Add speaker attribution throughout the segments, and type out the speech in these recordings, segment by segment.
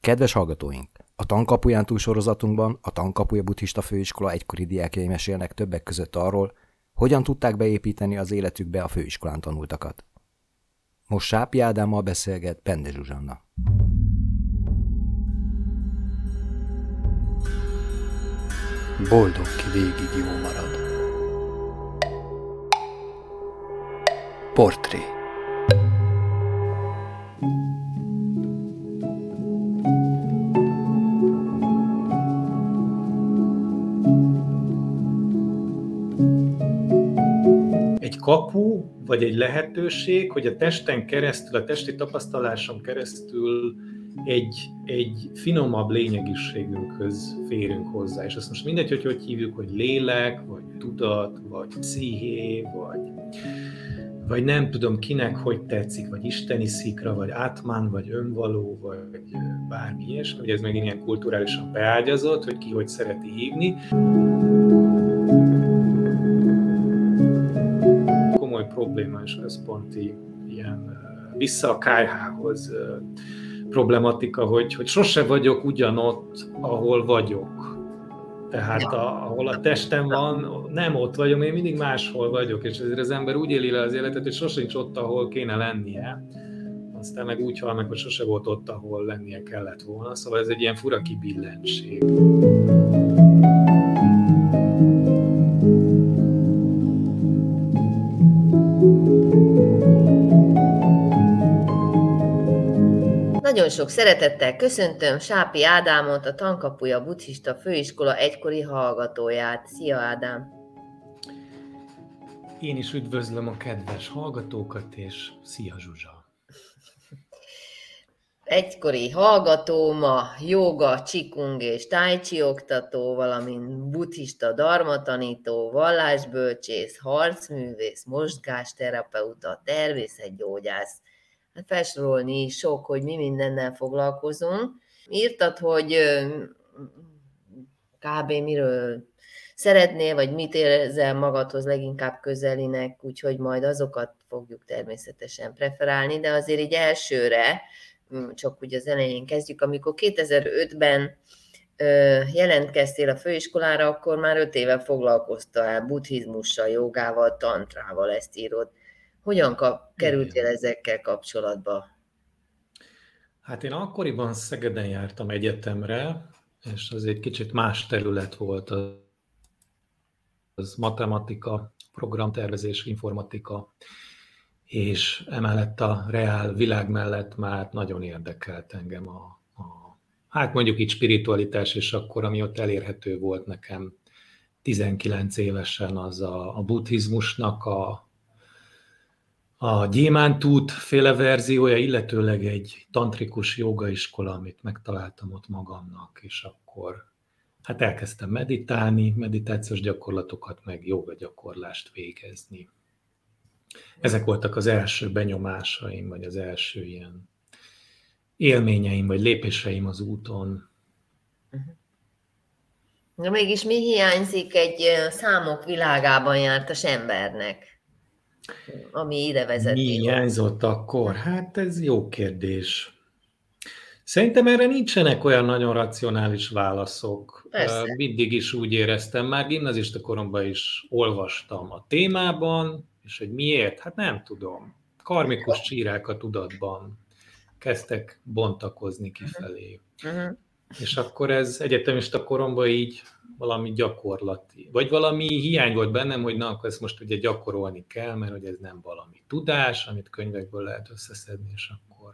Speaker 1: Kedves hallgatóink! A Tankapuján túl sorozatunkban a Tankapuja Buddhista Főiskola egykori diákjai mesélnek többek között arról, hogyan tudták beépíteni az életükbe a főiskolán tanultakat. Most Sápi Ádámmal beszélget Pende Zsuzsanna.
Speaker 2: Boldog, ki végig jó marad. Portré.
Speaker 3: Egy kapu, vagy egy lehetőség, hogy a testen keresztül, a testi tapasztaláson keresztül egy finomabb lényegiségünkhöz férünk hozzá. És azt most mindegy, hogy hívjuk, hogy lélek, vagy tudat, vagy psziché, vagy nem tudom kinek, hogy tetszik, vagy isteni szikra, vagy átmán, vagy önvaló, vagy bármi ilyesmi, hogy ez megint ilyen kulturálisan beágyazott, hogy ki hogy szereti hívni. Komoly probléma és központi ilyen vissza a kájhához problematika, hogy sose vagyok ugyanott, ahol vagyok. Tehát ahol a testem van, nem ott vagyok, én mindig máshol vagyok, és ezért az ember úgy éli le az életet, hogy sose nincs ott, ahol kéne lennie. Aztán meg úgy hal meg, hogy sose volt ott, ahol lennie kellett volna. Szóval ez egy ilyen fura kibillenség.
Speaker 4: Nagyon sok szeretettel köszöntöm Sápi Ádámot, a Tankapuja Buddhista Főiskola egykori hallgatóját. Szia, Ádám!
Speaker 3: Én is üdvözlöm a kedves hallgatókat, és szia, Zsuzsa!
Speaker 4: Egykori hallgató, ma jóga, csikung és tai chi oktató, valamint buddhista dharmatanító, vallásbölcsész, harcművész, mozgásterapeuta, természetgyógyász. Felsorolni is sok, hogy mi mindennel foglalkozunk. Írtad, hogy kb. Miről szeretnél, vagy mit érzel magadhoz leginkább közelinek, úgyhogy majd azokat fogjuk természetesen preferálni, de azért így elsőre, csak úgy az elején kezdjük, amikor 2005-ben jelentkeztél a főiskolára, akkor már 5 éve foglalkoztál buddhizmussal, jogával, tantrával, ezt írod. Hogyan kerültél ezekkel kapcsolatba?
Speaker 3: Hát én akkoriban Szegeden jártam egyetemre, és az egy kicsit más terület volt, az matematika, programtervezés, informatika, és emellett a reál világ mellett már nagyon érdekelt engem hát mondjuk így spiritualitás, és akkor, ami ott elérhető volt nekem 19 évesen, az a buddhizmusnak a gyémántút féle verziója, illetőleg egy tantrikus jogaiskola, amit megtaláltam ott magamnak, és akkor hát elkezdtem meditálni, meditációs gyakorlatokat, meg joga gyakorlást végezni. Ezek voltak az első benyomásaim, vagy az első ilyen élményeim, vagy lépéseim az úton.
Speaker 4: Na mégis mi hiányzik egy számok világában jártas embernek, ami ide vezet?
Speaker 3: Mi hiányzott akkor? Hát ez jó kérdés. Szerintem erre nincsenek olyan nagyon racionális válaszok.
Speaker 4: Persze.
Speaker 3: Mindig is úgy éreztem, már gimnazista koromban is olvastam a témában, és hogy miért? Hát nem tudom. Karmikus csírák a tudatban kezdtek bontakozni kifelé. És akkor ez egyetemista koromban így valami gyakorlati, vagy valami hiány volt bennem, hogy na, akkor ezt most ugye gyakorolni kell, mert hogy ez nem valami tudás, amit könyvekből lehet összeszedni, és akkor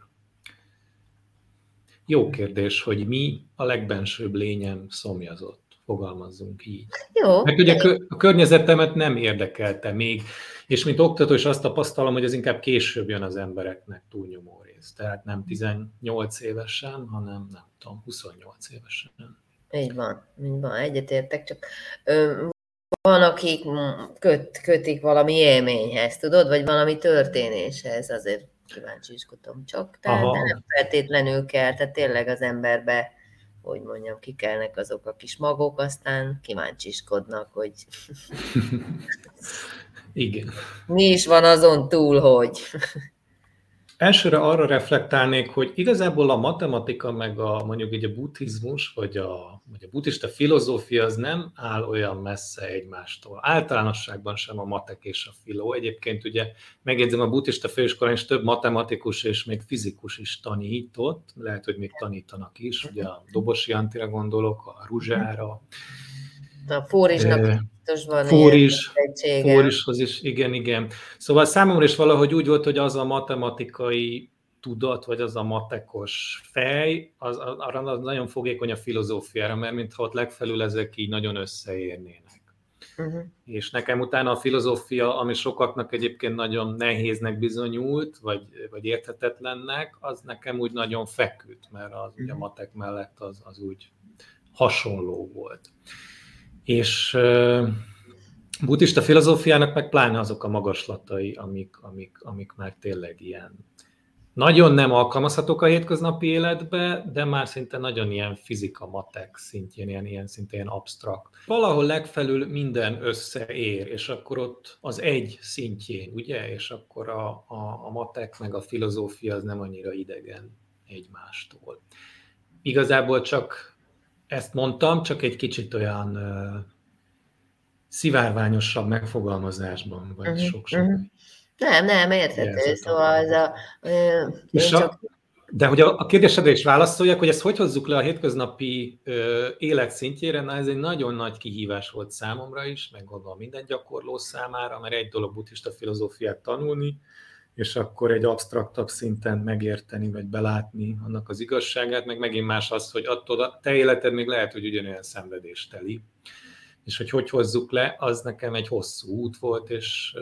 Speaker 3: jó kérdés, hogy mi a legbensőbb lényem szomjazott, fogalmazzunk így.
Speaker 4: Jó.
Speaker 3: Mert ugye a környezetemet nem érdekelte még, és mint oktató is azt tapasztalom, hogy ez inkább később jön az embereknek túlnyomó rész. Tehát nem 18 évesen, hanem nem tudom, 28 évesen.
Speaker 4: Így van, egyetértek, csak van, akik kötik valami élményhez, tudod, vagy valami történéshez, azért kíváncsiskodom csak, de nem feltétlenül kell, tehát tényleg az emberbe, hogy mondjam, kikelnek azok a kis magok, aztán kíváncsiskodnak, hogy
Speaker 3: igen.
Speaker 4: Mi is van azon túl, hogy...
Speaker 3: Elsőre arra reflektálnék, hogy igazából a matematika, meg mondjuk így a buddhizmus, vagy a buddhista filozófia az nem áll olyan messze egymástól. Általánosságban sem a matek és a filó. Egyébként ugye megjegyzem, a buddhista főiskolán is több matematikus és még fizikus is tanított, lehet, hogy még tanítanak is, ugye a Dobosi Antira gondolok, a Ruzsára.
Speaker 4: A Fórizsnak biztos van
Speaker 3: Fórishoz is, igen. Szóval számomra is valahogy úgy volt, hogy az a matematikai tudat, vagy az a matekos fej, arra nagyon fogékony a filozófiára, mert mintha ott legfelül ezek így nagyon összeérnének. És nekem utána a filozófia, ami sokaknak egyébként nagyon nehéznek bizonyult, vagy érthetetlennek, az nekem úgy nagyon feküdt, mert az ugye a matek mellett az úgy hasonló volt. És buddhista filozófiának meg pláne azok a magaslatai, amik már tényleg ilyen nagyon nem alkalmazhatók a hétköznapi életbe, de már szinte nagyon ilyen fizika, matek szintjén, ilyen szinte ilyen absztrakt. Valahol legfelül minden összeér, és akkor ott az egy szintjén, ugye? És akkor a matek meg a filozófia az nem annyira idegen egymástól. Igazából csak ezt mondtam, csak egy kicsit olyan szivárványosabb megfogalmazásban, vagy sok-sok.
Speaker 4: Nem, érthető. Szóval
Speaker 3: De hogy a kérdésedre is válaszoljak, hogy ezt hogy hozzuk le a hétköznapi élet szintjére, na ez egy nagyon nagy kihívás volt számomra is, meg gondolom minden gyakorló számára, mert egy dolog buddhista filozófiát tanulni, és akkor egy absztraktabb szinten megérteni, vagy belátni annak az igazságát, meg megint más az, hogy attól a te életed még lehet, hogy ugyanolyan szenvedésteli. És hogy hozzuk le, az nekem egy hosszú út volt, és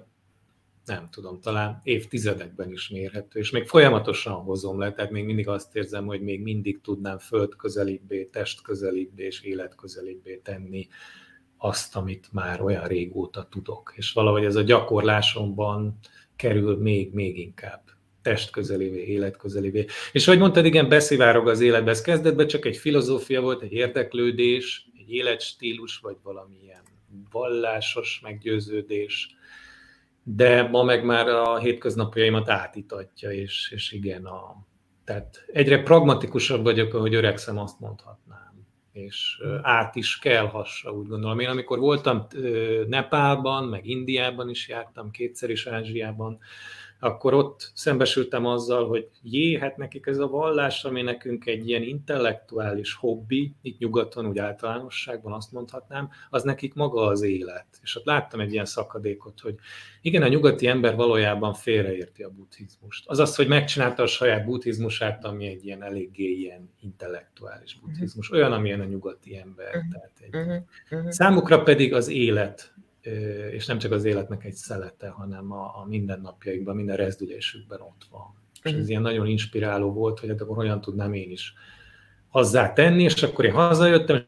Speaker 3: nem tudom, talán évtizedekben is mérhető, és még folyamatosan hozom le, tehát még mindig azt érzem, hogy még mindig tudnám földközelibbé, testközelibbé és életközelibbé tenni azt, amit már olyan régóta tudok. És valahogy ez a gyakorlásomban kerül még inkább testközelévé, életközelévé. És ahogy mondtad, igen, beszivárog az életbe. Ez kezdetben csak egy filozófia volt, egy érdeklődés, egy életstílus, vagy valamilyen vallásos meggyőződés, de ma meg már a hétköznapjaimat átítatja, és igen, tehát egyre pragmatikusabb vagyok, ahogy öregszem, azt mondhatnám. És át is kell hassa, úgy gondolom. Én amikor voltam Nepálban, meg Indiában is jártam, kétszer is Ázsiában, akkor ott szembesültem azzal, hogy hát nekik ez a vallás, ami nekünk egy ilyen intellektuális hobbi, itt nyugaton, úgy általánosságban azt mondhatnám, az nekik maga az élet. És ott láttam egy ilyen szakadékot, hogy igen, a nyugati ember valójában félreérti a buddhizmust. Azaz, hogy megcsinálta a saját buddhizmusát, ami egy ilyen eléggé ilyen intellektuális buddhizmus, olyan, amilyen a nyugati ember. Tehát számukra pedig az élet, és nem csak az életnek egy szelete, hanem a mindennapjaikban, minden rezdülésükben ott van. És ez ilyen nagyon inspiráló volt, hogy akkor olyan tudnám én is hozzá tenni, és akkor én hazajöttem,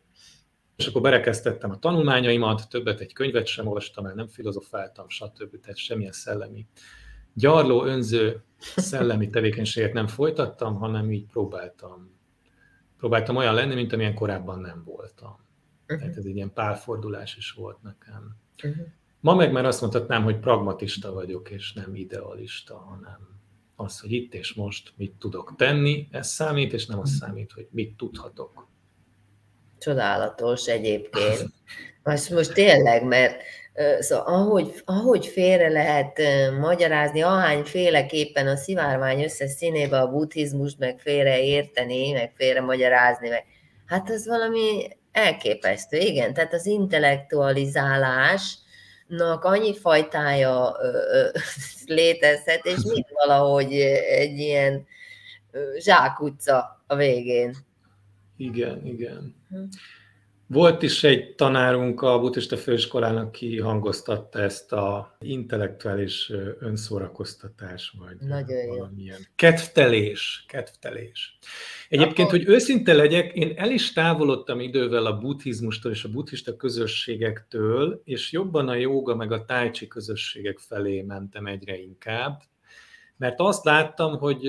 Speaker 3: és akkor berekeztettem a tanulmányaimat, többet egy könyvet sem olvastam el, nem filozofáltam, stb. Tehát semmilyen szellemi gyarló, önző szellemi tevékenységet nem folytattam, hanem így próbáltam olyan lenni, mint amilyen korábban nem voltam. Tehát ez egy ilyen pálfordulás is volt nekem. Ma meg már azt mondhatnám, hogy pragmatista vagyok, és nem idealista, hanem az, hogy itt és most mit tudok tenni, ez számít, és nem az számít, hogy mit tudhatok.
Speaker 4: Csodálatos egyébként. Most tényleg, mert szóval, ahogy félre lehet magyarázni, ahányféleképpen a szivárvány összes színébe a buddhizmust meg félre érteni, meg félre magyarázni, meg hát az valami elképesztő, igen, tehát az intellektualizálásnak annyi fajtája létezhet, és mind valahogy egy ilyen zsákutca a végén.
Speaker 3: Igen. Volt is egy tanárunk a buddhista főiskolának, aki hangoztatta ezt a intellektuális önszórakoztatás, vagy valamilyen kedvtelés. Egyébként, hogy őszinte legyek, én el is távolodtam idővel a buddhizmustól és a buddhista közösségektől, és jobban a jóga meg a tai chi közösségek felé mentem egyre inkább, mert azt láttam, hogy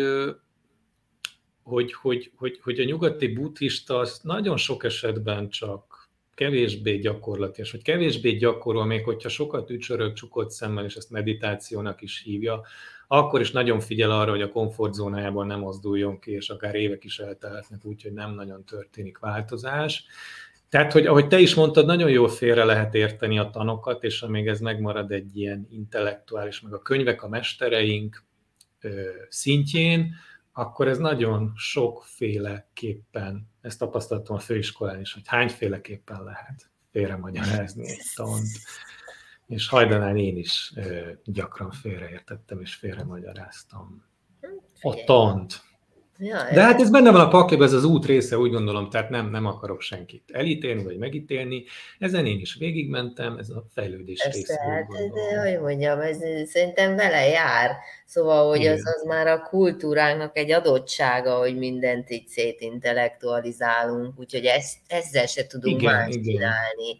Speaker 3: a nyugati buddhista az nagyon sok esetben csak kevésbé gyakorlatias, vagy kevésbé gyakorol, még hogyha sokat ücsörög csukott szemmel, és ezt meditációnak is hívja, akkor is nagyon figyel arra, hogy a komfortzónájából nem mozduljon ki, és akár évek is eltelhetnek, úgyhogy nem nagyon történik változás. Tehát, hogy ahogy te is mondtad, nagyon jól félre lehet érteni a tanokat, és amíg ez megmarad egy ilyen intellektuális, meg a könyvek a mestereink szintjén, akkor ez nagyon sokféleképpen, ezt tapasztaltam a főiskolán is, hogy hányféleképpen lehet félremagyarázni egy tant. És hajdanán én is gyakran félreértettem és félremagyaráztam a tant.
Speaker 4: Ja,
Speaker 3: De hát ez benne van a pakliba, ez az út része, úgy gondolom, tehát nem akarok senkit elítélni vagy megítélni. Ezen én is végigmentem, ez a fejlődés része.
Speaker 4: Hát, de hogy mondjam, ez szerintem vele jár. Szóval, hogy az már a kultúránknak egy adottsága, hogy mindent így szétintellektualizálunk, úgyhogy ezzel se tudunk más csinálni.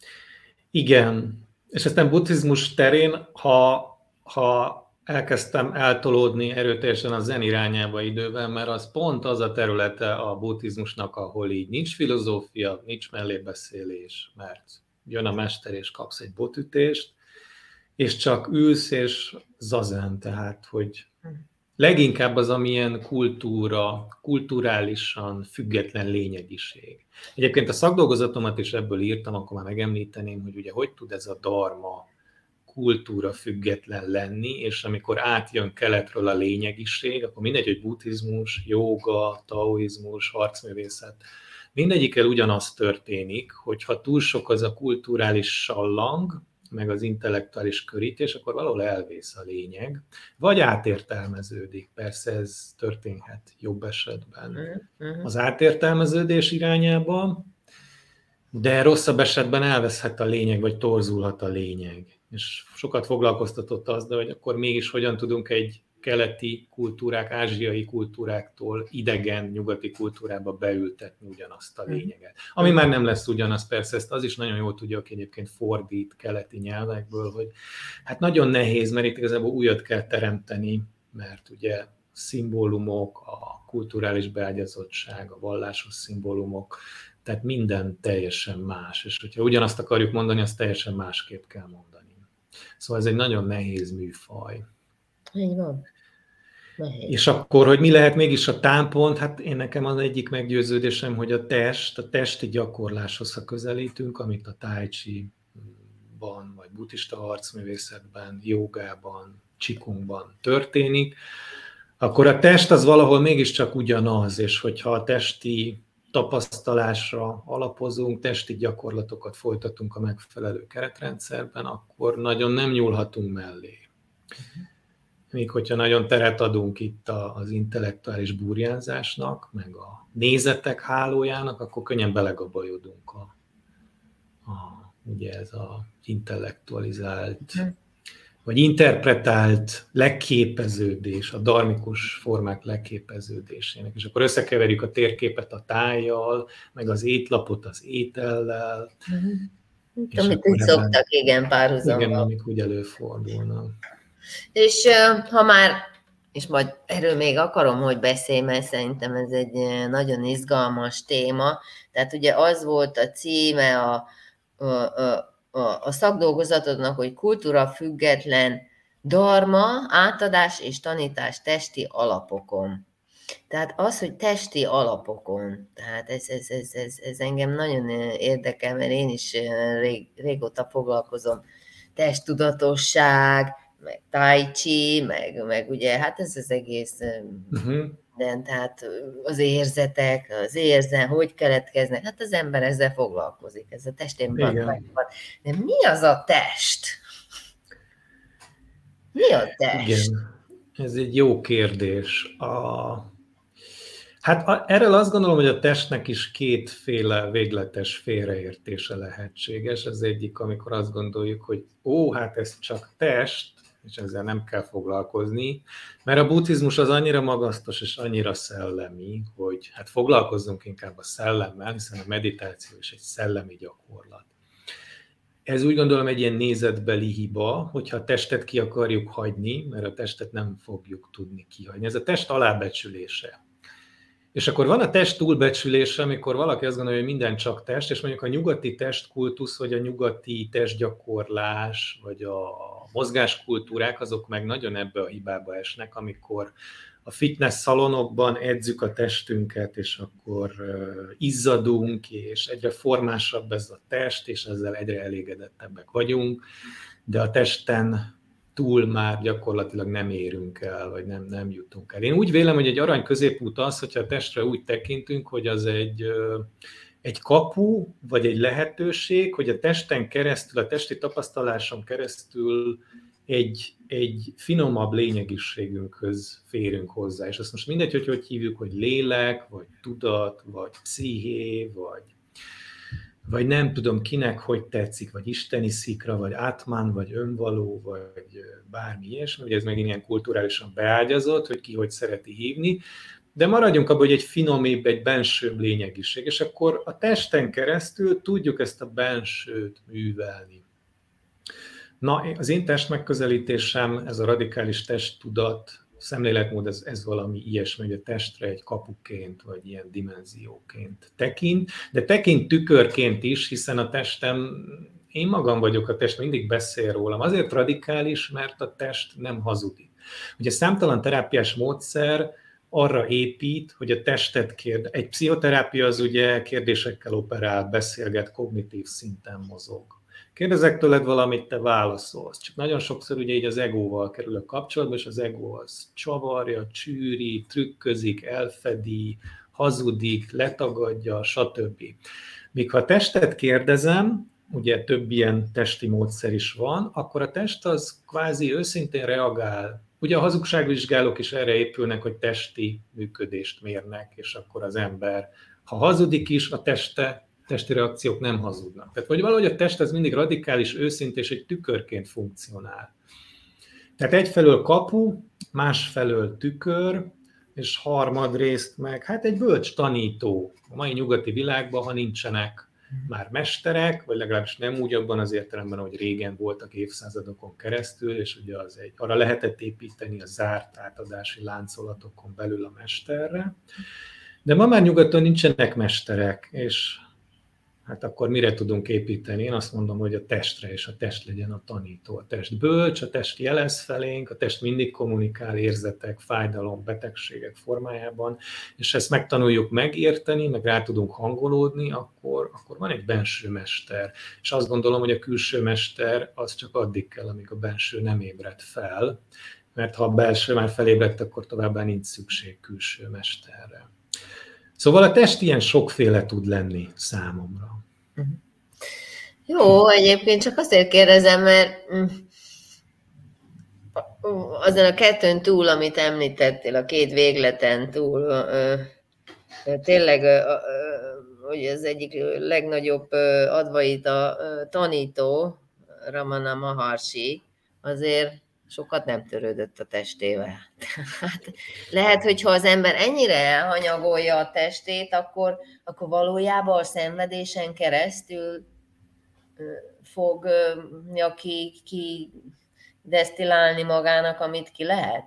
Speaker 3: Igen. És aztán buddhizmus terén, ha elkezdtem eltolódni erőteljesen a zen irányába idővel, mert az pont az a területe a buddhizmusnak, ahol így nincs filozófia, nincs mellébeszélés, mert jön a mester és kapsz egy botütést, és csak ülsz és zazen, tehát hogy leginkább az, amilyen kulturálisan független lényegiség. Egyébként a szakdolgozatomat is ebből írtam, akkor már megemlíteném, hogy ugye hogy tud ez a dharma kultúra független lenni, és amikor átjön keletről a lényegiség, akkor mindegy, hogy buddhizmus, jóga, taoizmus, harcművészet, mindegyikkel ugyanaz történik, hogyha túl sok az a kulturális sallang, meg az intellektuális körítés, akkor valahol elvész a lényeg, vagy átértelmeződik. Persze ez történhet jobb esetben az átértelmeződés irányába, de rosszabb esetben elveszhet a lényeg, vagy torzulhat a lényeg. És sokat foglalkoztatott az, de hogy akkor mégis hogyan tudunk egy keleti kultúrák, ázsiai kultúráktól idegen nyugati kultúrába beültetni ugyanazt a lényeget. Ami már nem lesz ugyanaz, persze, ezt az is nagyon jól tudja, aki egyébként fordít keleti nyelvekből, hogy hát nagyon nehéz, mert itt igazából újat kell teremteni, mert ugye szimbólumok, a kulturális beágyazottság, a vallásos szimbólumok, tehát minden teljesen más, és hogyha ugyanazt akarjuk mondani, azt teljesen másképp kell mondani. Szóval ez egy nagyon nehéz műfaj.
Speaker 4: Így van. Nehéz.
Speaker 3: És akkor, hogy mi lehet mégis a támpont, hát én nekem az egyik meggyőződésem, hogy a testi gyakorláshoz, ha közelítünk, amit a tai chi-ban, vagy buddhista harcművészetben, jogában, qigongban történik, akkor a test az valahol mégiscsak ugyanaz, és hogyha a testi tapasztalásra alapozunk, testi gyakorlatokat folytatunk a megfelelő keretrendszerben, akkor nagyon nem nyúlhatunk mellé. Még hogyha nagyon teret adunk itt az intellektuális burjánzásnak, meg a nézetek hálójának, akkor könnyen belegabajodunk ugye ez az intellektualizált, vagy interpretált leképeződés, a dharmikus formák leképeződésének. És akkor összekeverjük a térképet a tájjal, meg az étlapot az étellel.
Speaker 4: Amit úgy szoktak, igen, párhuzamban.
Speaker 3: Igen, amik úgy előfordulnak.
Speaker 4: És ha már, és majd erről még akarom, hogy beszélj, mert szerintem ez egy nagyon izgalmas téma. Tehát ugye az volt a címe a szakdolgozatodnak, hogy kultúra független dharma, átadás és tanítás testi alapokon. Tehát az, hogy testi alapokon, tehát ez engem nagyon érdekel, mert én is régóta foglalkozom, testtudatosság, meg tai chi, meg ugye, hát ez az egész minden, tehát az érzetek, hogy keletkeznek, hát az ember ezzel foglalkozik, ez a testében van. De mi az a test? Mi a test?
Speaker 3: Igen, ez egy jó kérdés. Hát erről azt gondolom, hogy a testnek is kétféle végletes félreértése lehetséges. Az egyik, amikor azt gondoljuk, hogy hát ez csak test, és ezzel nem kell foglalkozni, mert a buddhizmus az annyira magasztos és annyira szellemi, hogy hát foglalkozzunk inkább a szellemmel, hiszen a meditáció is egy szellemi gyakorlat. Ez úgy gondolom egy ilyen nézetbeli hiba, hogyha a testet ki akarjuk hagyni, mert a testet nem fogjuk tudni kihagyni. Ez a test alábecsülése. És akkor van a test túlbecsülése, amikor valaki azt gondolja, hogy minden csak test, és mondjuk a nyugati testkultusz, vagy a nyugati testgyakorlás, vagy a mozgáskultúrák, azok meg nagyon ebbe a hibába esnek, amikor a fitness szalonokban edzük a testünket, és akkor izzadunk, és egyre formásabb ez a test, és ezzel egyre elégedettebbek vagyunk, de a testen túl már gyakorlatilag nem érünk el, vagy nem jutunk el. Én úgy vélem, hogy egy arany középút az, hogyha a testre úgy tekintünk, hogy az egy kapu, vagy egy lehetőség, hogy a testen keresztül, a testi tapasztaláson keresztül egy finomabb lényegiségünkhöz férünk hozzá. És azt most mindegy, hogy hívjuk, hogy lélek, vagy tudat, vagy psziché, vagy nem tudom kinek, hogy tetszik, vagy isteni szikra, vagy átmán, vagy önvaló, vagy bármi ilyesmi, ugye ez megint ilyen kulturálisan beágyazott, hogy ki hogy szereti hívni, de maradjunk abban, hogy egy finomébb, egy bensőbb lényegiség, és akkor a testen keresztül tudjuk ezt a bensőt művelni. Na, az én test megközelítésem, ez a radikális testtudat, szemléletmód, ez valami ilyesmi, hogy a testre egy kapuként, vagy ilyen dimenzióként tekint, de tekint tükörként is, hiszen a testem, én magam vagyok a test, mindig beszél rólam. Azért radikális, mert a test nem hazudik. Ugye számtalan terápiás módszer arra épít, hogy a testet egy pszichoterápia az ugye kérdésekkel operál, beszélget, kognitív szinten mozog. Kérdezek tőled valamit, te válaszolsz. Csak nagyon sokszor ugye így az egóval kerül a kapcsolatba, és az egó az csavarja, csűri, trükközik, elfedi, hazudik, letagadja, stb. Míg ha a testet kérdezem, ugye több ilyen testi módszer is van, akkor a test az kvázi őszintén reagál. Ugye a hazugságvizsgálók is erre épülnek, hogy testi működést mérnek, és akkor az ember, ha hazudik is, a testi reakciók nem hazudnak. Tehát vagy valahogy a test az mindig radikális, őszinte és egy tükörként funkcionál. Tehát egyfelől kapu, másfelől tükör, és harmadrészt meg hát egy bölcs tanító. A mai nyugati világban, ha nincsenek már mesterek, vagy legalábbis nem úgy abban az értelemben, hogy régen voltak évszázadokon keresztül, és ugye arra lehetett építeni a zárt átadási láncolatokon belül a mesterre. De ma már nyugaton nincsenek mesterek, és hát akkor mire tudunk építeni? Én azt mondom, hogy a testre, és a test legyen a tanító. A test bölcs, a test jelez felénk, a test mindig kommunikál érzetek, fájdalom, betegségek formájában, és ezt megtanuljuk megérteni, meg rá tudunk hangolódni, akkor van egy benső mester. És azt gondolom, hogy a külső mester az csak addig kell, amíg a benső nem ébred fel, mert ha a belső már felébredt, akkor továbbá nincs szükség külső mesterre. Szóval a test ilyen sokféle tud lenni számomra.
Speaker 4: Jó, egyébként csak azért kérdezem, mert azon a kettőn túl, amit említettél, a két végleten túl, tényleg, hogy az egyik legnagyobb advaita tanító, Ramana Maharshi, azért sokat nem törődött a testével. Hát, lehet, hogy ha az ember ennyire elhanyagolja a testét, akkor valójában a szenvedésen keresztül fogja ki desztillálni magának, amit ki lehet?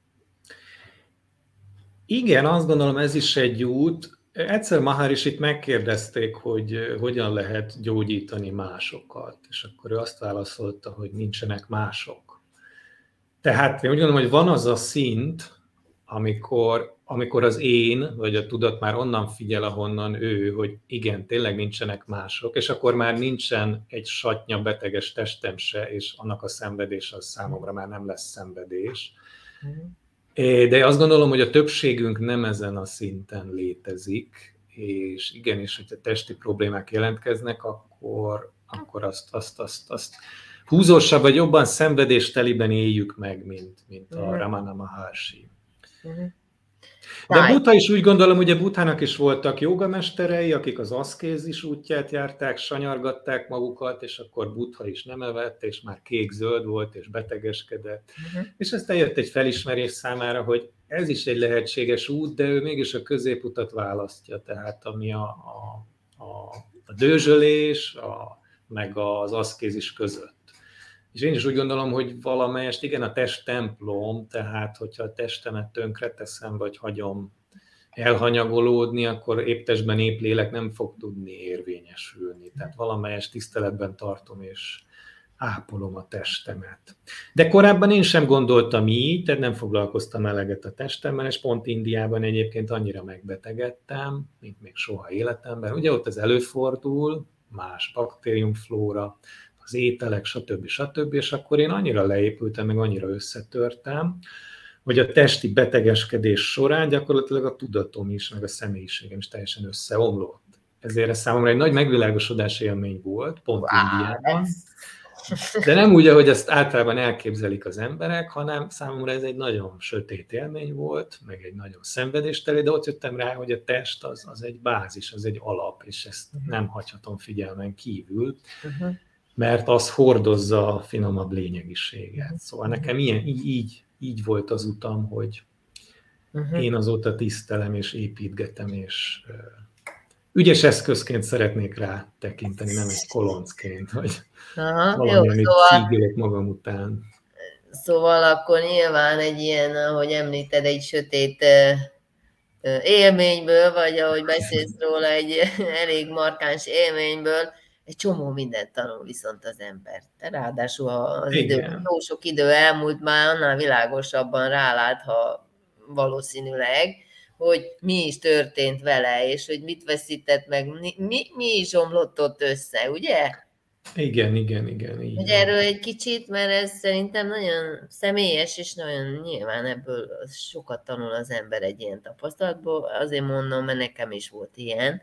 Speaker 3: Igen, azt gondolom, ez is egy út. Egyszer Maharisit megkérdezték, hogy hogyan lehet gyógyítani másokat, és akkor ő azt válaszolta, hogy nincsenek mások. Tehát én úgy gondolom, hogy van az a szint, amikor az én, vagy a tudat már onnan figyel, ahonnan ő, hogy igen, tényleg nincsenek mások, és akkor már nincsen egy satnya beteges testem se, és annak a szenvedése az számomra már nem lesz szenvedés. De azt gondolom, hogy a többségünk nem ezen a szinten létezik, és igenis, hogyha testi problémák jelentkeznek, akkor azt húzósabb vagy jobban szenvedésteliben éljük meg, mint a Ramana Maharshi. De Buddha is úgy gondolom, hogy a Buddhának is voltak jogamesterei, akik az aszkézis útját járták, sanyargatták magukat, és akkor Buddha is nem evett, és már kék-zöld volt, és betegeskedett. És aztán jött egy felismerés számára, hogy ez is egy lehetséges út, de ő mégis a középutat választja, tehát ami a dőzsölés, meg az aszkézis között. És én is úgy gondolom, hogy valamelyest igen, a test templom, tehát hogyha a testemet tönkreteszem, vagy hagyom elhanyagolódni, akkor épp testben, épp lélek nem fog tudni érvényesülni. Tehát valamelyes tiszteletben tartom, és ápolom a testemet. De korábban én sem gondoltam így, tehát nem foglalkoztam eleget a testemmel, és pont Indiában egyébként annyira megbetegedtem, mint még soha életemben. Ugye ott ez előfordul, más baktériumflóra, az ételek, stb. És akkor én annyira leépültem, meg annyira összetörtem, hogy a testi betegeskedés során gyakorlatilag a tudatom is, meg a személyiségem is teljesen összeomlott. Ezért ez számomra egy nagy megvilágosodás élmény volt, pont Indiában. De nem úgy, ahogy ezt általában elképzelik az emberek, hanem számomra ez egy nagyon sötét élmény volt, meg egy nagyon szenvedésteli, de ott jöttem rá, hogy a test az egy bázis, az egy alap, és ezt nem hagyhatom figyelmen kívül, mert az hordozza a finomabb lényegiséget. Szóval nekem így volt az utam, hogy én azóta tisztelem és építgetem, és ügyes eszközként szeretnék rá tekinteni, nem egy koloncként, hogy valami, amit szígélek magam után.
Speaker 4: Szóval akkor nyilván egy ilyen, ahogy említed, egy sötét élményből, vagy ahogy beszélsz róla, egy elég markáns élményből, egy csomó mindent tanul viszont az ember. Ráadásul az jó sok idő elmúlt, már annál világosabban rálát, ha valószínűleg, hogy mi is történt vele, és hogy mit veszített meg, mi is omlott ott össze, ugye?
Speaker 3: Igen.
Speaker 4: Hogy erről egy kicsit, mert ez szerintem nagyon személyes, és nagyon nyilván ebből sokat tanul az ember egy ilyen tapasztalatból. Azért mondom, mert nekem is volt ilyen.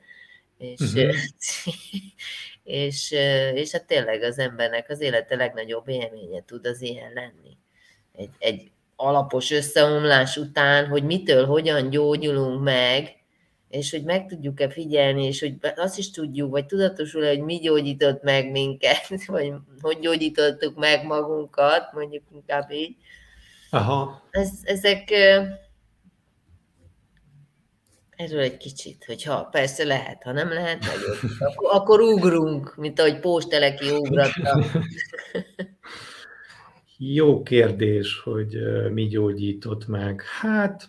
Speaker 4: És hát tényleg az embernek az élete legnagyobb élménye tud az ilyen lenni. Egy alapos összeomlás után, hogy mitől, hogyan gyógyulunk meg, és hogy meg tudjuk-e figyelni, és hogy azt is tudjuk, vagy tudatosul-e, hogy mi gyógyított meg minket, vagy hogy gyógyítottuk meg magunkat, mondjuk inkább így.
Speaker 3: Aha.
Speaker 4: Ezek... Erről egy kicsit, hogyha persze lehet, ha nem lehet, akkor ugrunk, mint ahogy Pósteleki ugratta.
Speaker 3: Jó kérdés, hogy mi gyógyított meg. Hát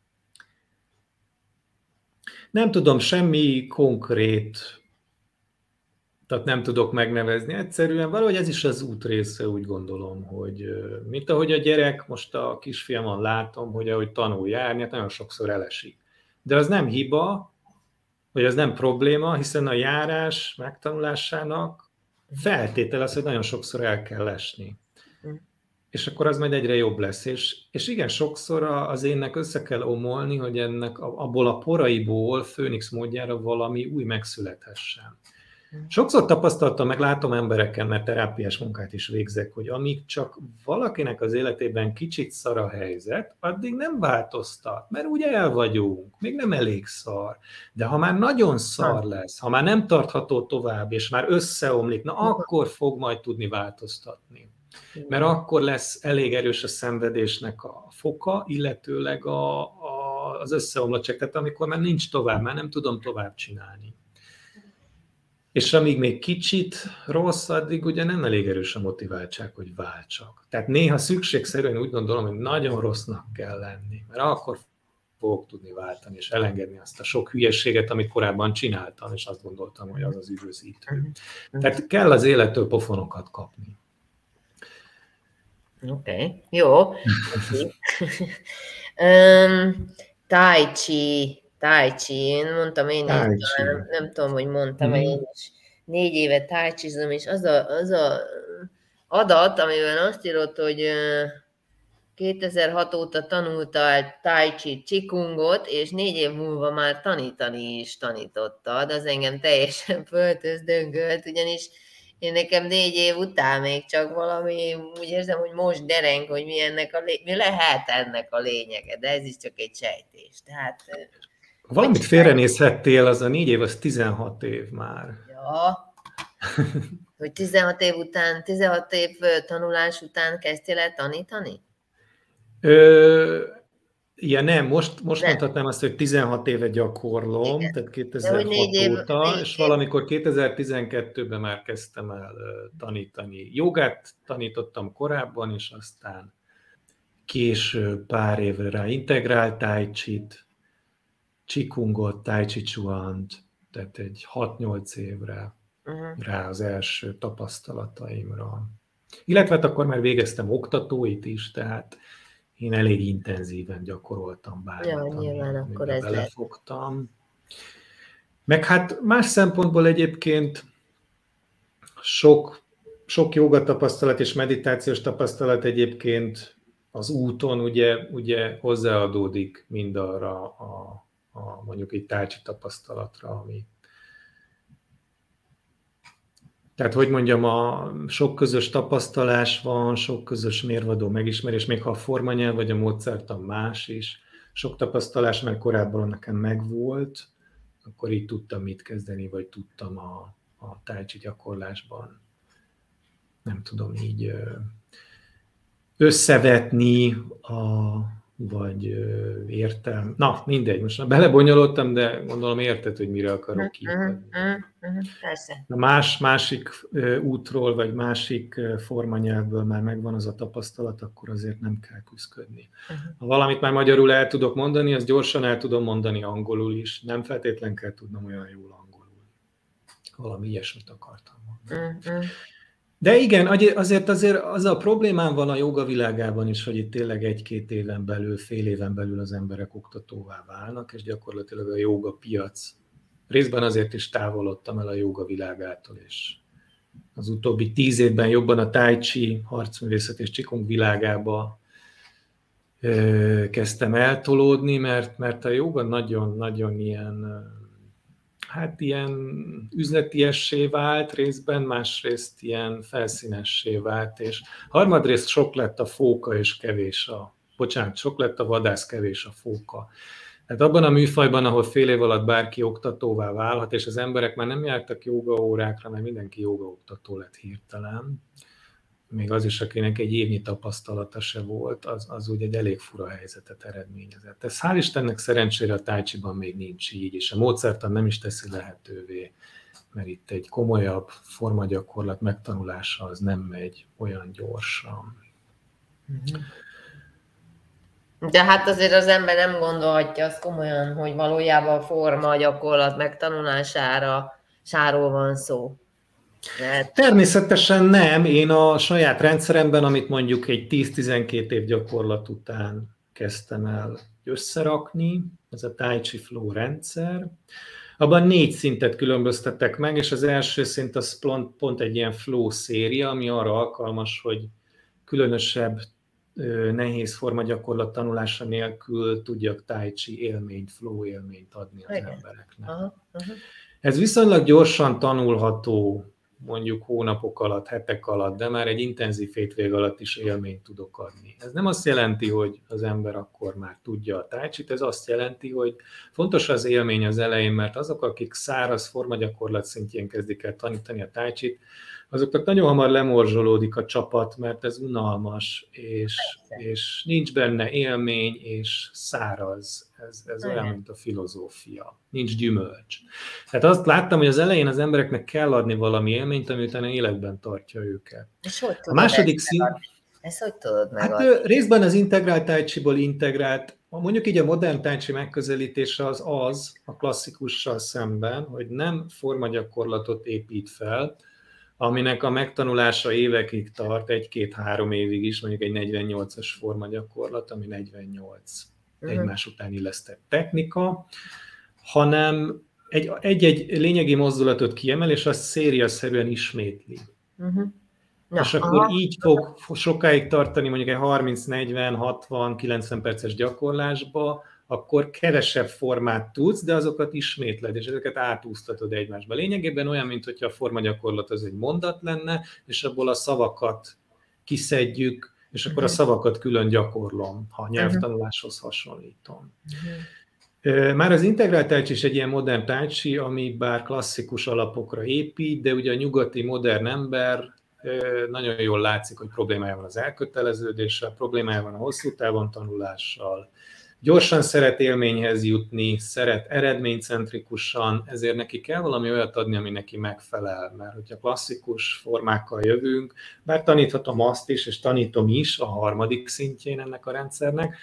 Speaker 3: nem tudom, semmi konkrét, tehát nem tudok megnevezni. Egyszerűen valahogy ez is az út része, úgy gondolom, hogy mint ahogy a gyerek, most a kisfiamon látom, hogy ahogy tanul járni, hát nagyon sokszor elesik. De az nem hiba, vagy az nem probléma, hiszen a járás megtanulásának feltétel az, hogy nagyon sokszor el kell esni. És akkor az majd egyre jobb lesz. És igen, sokszor az énnek össze kell omolni, hogy ennek abból a poraiból Főnix módjára valami új megszülethessen. Sokszor tapasztaltam, meg látom embereken, mert terápiás munkát is végzek, hogy amíg csak valakinek az életében kicsit szar a helyzet, addig nem változtat, mert ugye el vagyunk, még nem elég szar. De ha már nagyon szar lesz, ha már nem tartható tovább, és már összeomlik, na akkor fog majd tudni változtatni. Mert akkor lesz elég erős a szenvedésnek a foka, illetőleg az összeomlottság, tehát amikor már nincs tovább, már nem tudom tovább csinálni. És amíg még kicsit rossz, addig ugye nem elég erős a motiváltság, hogy váltsak. Tehát néha szükségszerűen úgy gondolom, hogy nagyon rossznak kell lenni, mert akkor fogok tudni váltani, és elengedni azt a sok hülyeséget, amit korábban csináltam, és azt gondoltam, hogy az az üdvözítő. Tehát kell az élettől pofonokat kapni.
Speaker 4: Oké, jó. Tai Chi, én mondtam én is, nem tudom, hogy mondtam, én is 4 éve Tai Chi-zom, és az a adat, amiben azt írott, hogy 2006 óta tanultál Tai Chi Qigongot, és 4 év múlva már tanítani is tanítottad, az engem teljesen föltözdöngölt, ugyanis én nekem 4 év után még csak valami, úgy érzem, hogy most dereng, hogy mi lehet ennek a lényege, de ez is csak egy sejtés. Tehát,
Speaker 3: valamit félrenézhettél, az a 4 év, az 16 év már.
Speaker 4: Ja, hogy 16 év tanulás után kezdtél el tanítani?
Speaker 3: Ja, nem, most mondhatnám azt, hogy 16 éve gyakorlom, igen. Tehát 2006 óta, és valamikor 2012-ben már kezdtem el tanítani. Jogát tanítottam korábban, és aztán később pár évre rá integrált Tai Chi-t, Qigongot, Tai Chi Chuant, tehát egy 6-8 évre rá az első tapasztalataimra. Illetve akkor már végeztem oktatóit is, tehát én elég intenzíven gyakoroltam bármit, amiben belefogtam. Meg hát más szempontból egyébként sok jóga tapasztalat és meditációs tapasztalat egyébként az úton ugye hozzáadódik mindarra a mondjuk egy Tai Chi tapasztalatra, ami... Tehát, hogy mondjam, sok közös tapasztalás van, sok közös mérvadó megismerés, még ha a formanyelv vagy a módszertan más is, sok tapasztalás már korábban nekem megvolt, akkor így tudtam mit kezdeni, vagy tudtam a Tai Chi gyakorlásban, nem tudom, így összevetni, vagy értem. Na, mindegy, most belebonyolódtam, de gondolom érted, hogy mire akarok kiítani.
Speaker 4: Persze.
Speaker 3: Másik útról, vagy másik formanyelvből már megvan az a tapasztalat, akkor azért nem kell küszködni. Ha valamit már magyarul el tudok mondani, azt gyorsan el tudom mondani angolul is. Nem feltétlen kell tudnom olyan jól angolul. Valami ilyesmit akartam mondani. De igen, azért az a problémám van a joga világában is, hogy itt tényleg 1-2 éven belül, fél éven belül az emberek oktatóvá válnak, és gyakorlatilag a joga piac. Részben azért is távolodtam el a joga világától, és az utóbbi 10 évben jobban a Tai Chi, harcművészet és Qigong világába kezdtem eltolódni, mert a joga nagyon ilyen üzletiessé vált részben, másrészt ilyen felszínessé vált, és harmadrészt sok lett a fóka és sok lett a vadász, kevés a fóka. Tehát abban a műfajban, ahol fél év alatt bárki oktatóvá válhat, és az emberek már nem jártak jogaórákra, mert mindenki jogaoktató lett hirtelen, még az is, akinek egy évnyi tapasztalata se volt, az úgy egy elég fura helyzetet eredményezett. Ez hál' Istennek szerencsére a Tai Chi-ban még nincs így, és a módszertan nem is teszi lehetővé, mert itt egy komolyabb formagyakorlat megtanulása az nem megy olyan gyorsan.
Speaker 4: De hát azért az ember nem gondolhatja azt komolyan, hogy valójában a formagyakorlat megtanulásáról van szó.
Speaker 3: Természetesen nem. Én a saját rendszeremben, amit mondjuk egy 10-12 év gyakorlat után kezdtem el összerakni, ez a Tai Chi Flow rendszer, abban 4 szintet különböztettek meg, és az első szint az pont egy ilyen flow széria, ami arra alkalmas, hogy különösebb nehéz formagyakorlat tanulása nélkül tudjak Tai Chi élményt, flow élményt adni az embereknek. Ez viszonylag gyorsan tanulható, mondjuk hónapok alatt, hetek alatt, de már egy intenzív hétvég alatt is élményt tudok adni. Ez nem azt jelenti, hogy az ember akkor már tudja a Tai Chi-t, ez azt jelenti, hogy fontos az élmény az elején, mert azok, akik száraz formagyakorlat szintjén kezdik el tanítani a Tai Chi-t, azoknak nagyon hamar lemorzsolódik a csapat, mert ez unalmas, és nincs benne élmény, és száraz. Ez olyan, mint a filozófia. Nincs gyümölcs. Tehát azt láttam, hogy az elején az embereknek kell adni valami élményt, ami utána életben tartja őket.
Speaker 4: És hogy
Speaker 3: a második szint...
Speaker 4: Ezt hogy tudod megadni?
Speaker 3: Hát részben az integrált Tai Chi-ból integrált, mondjuk így a modern Tai Chi megközelítése az a klasszikussal szemben, hogy nem formagyakorlatot épít fel, aminek a megtanulása évekig tart, 1-2-3 évig is, mondjuk egy 48-as formagyakorlat, ami 48 egymás után illesztett technika, hanem egy lényegi mozdulatot kiemel, és azt szériaszerűen ismétli. És akkor így fog sokáig tartani, mondjuk egy 30, 40, 60, 90 perces gyakorlásba, akkor kevesebb formát tudsz, de azokat ismétled, és ezeket átúsztatod egymásba. Lényegében olyan, mintha a formagyakorlat az egy mondat lenne, és abból a szavakat kiszedjük, és akkor a szavakat külön gyakorlom, ha nyelvtanuláshoz hasonlítom. Már az integrált Tai Chi is egy ilyen modern Tai Chi, ami bár klasszikus alapokra épít, de ugye a nyugati modern ember nagyon jól látszik, hogy problémája van az elköteleződéssel, problémája van a hosszú távon tanulással, gyorsan szeret élményhez jutni, szeret eredménycentrikusan, ezért neki kell valami olyat adni, ami neki megfelel, mert hogyha klasszikus formákkal jövünk, bár taníthatom azt is, és tanítom is a harmadik szintjén ennek a rendszernek,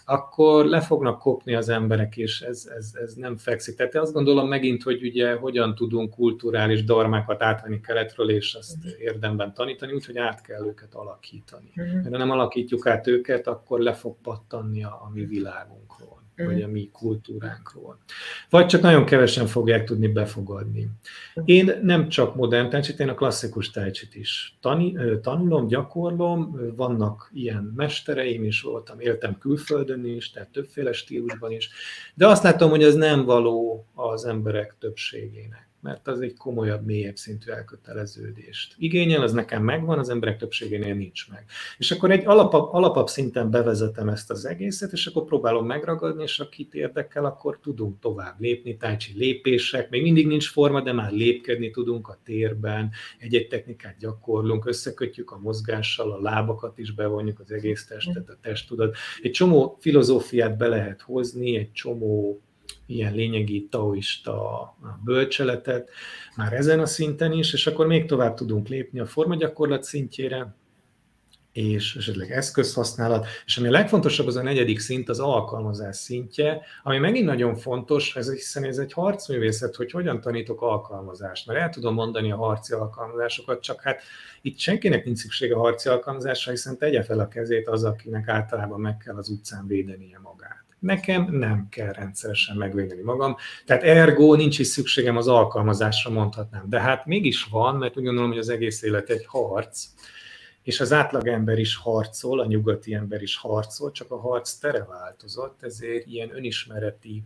Speaker 3: akkor le fognak kopni az emberek, és ez nem fekszik. Tehát azt gondolom megint, hogy ugye hogyan tudunk kulturális darmákat átvenni keletről, és azt érdemben tanítani, úgyhogy át kell őket alakítani. Mert ha nem alakítjuk át őket, akkor le fog pattanni a mi világunkról, vagy a mi kultúránkról. Vagy csak nagyon kevesen fogják tudni befogadni. Én nem csak modern tájcsit, én a klasszikus tájcsit is tanulom, gyakorlom, vannak ilyen mestereim is voltam, éltem külföldön is, tehát többféle stílusban is, de azt látom, hogy ez nem való az emberek többségének, mert az egy komolyabb, mélyebb szintű elköteleződést igényel, az nekem megvan, az emberek többségénél nincs meg. És akkor egy alapabb szinten bevezetem ezt az egészet, és akkor próbálom megragadni, és akit érdekel, akkor tudunk tovább lépni, tájcsi lépések, még mindig nincs forma, de már lépkedni tudunk a térben, egy-egy technikát gyakorlunk, összekötjük a mozgással, a lábakat is bevonjuk, az egész testet, a testtudat. Egy csomó filozófiát be lehet hozni, egy csomó ilyen lényegi taoista bölcseletet, már ezen a szinten is, és akkor még tovább tudunk lépni a formagyakorlat szintjére, és esetleg eszközhasználat, és ami a legfontosabb, az a 4. szint, az alkalmazás szintje, ami megint nagyon fontos, hiszen ez egy harcművészet, hogy hogyan tanítok alkalmazást, mert el tudom mondani a harci alkalmazásokat, csak hát itt senkinek nincs szüksége a harci alkalmazásra, hiszen tegye fel a kezét az, akinek általában meg kell az utcán védenie magát. Nekem nem kell rendszeresen megvédeni magam, tehát ergo nincs is szükségem az alkalmazásra, mondhatnám. De hát mégis van, mert úgy gondolom, hogy az egész élet egy harc, és az átlagember is harcol, a nyugati ember is harcol, csak a harc tere változott, ezért ilyen önismereti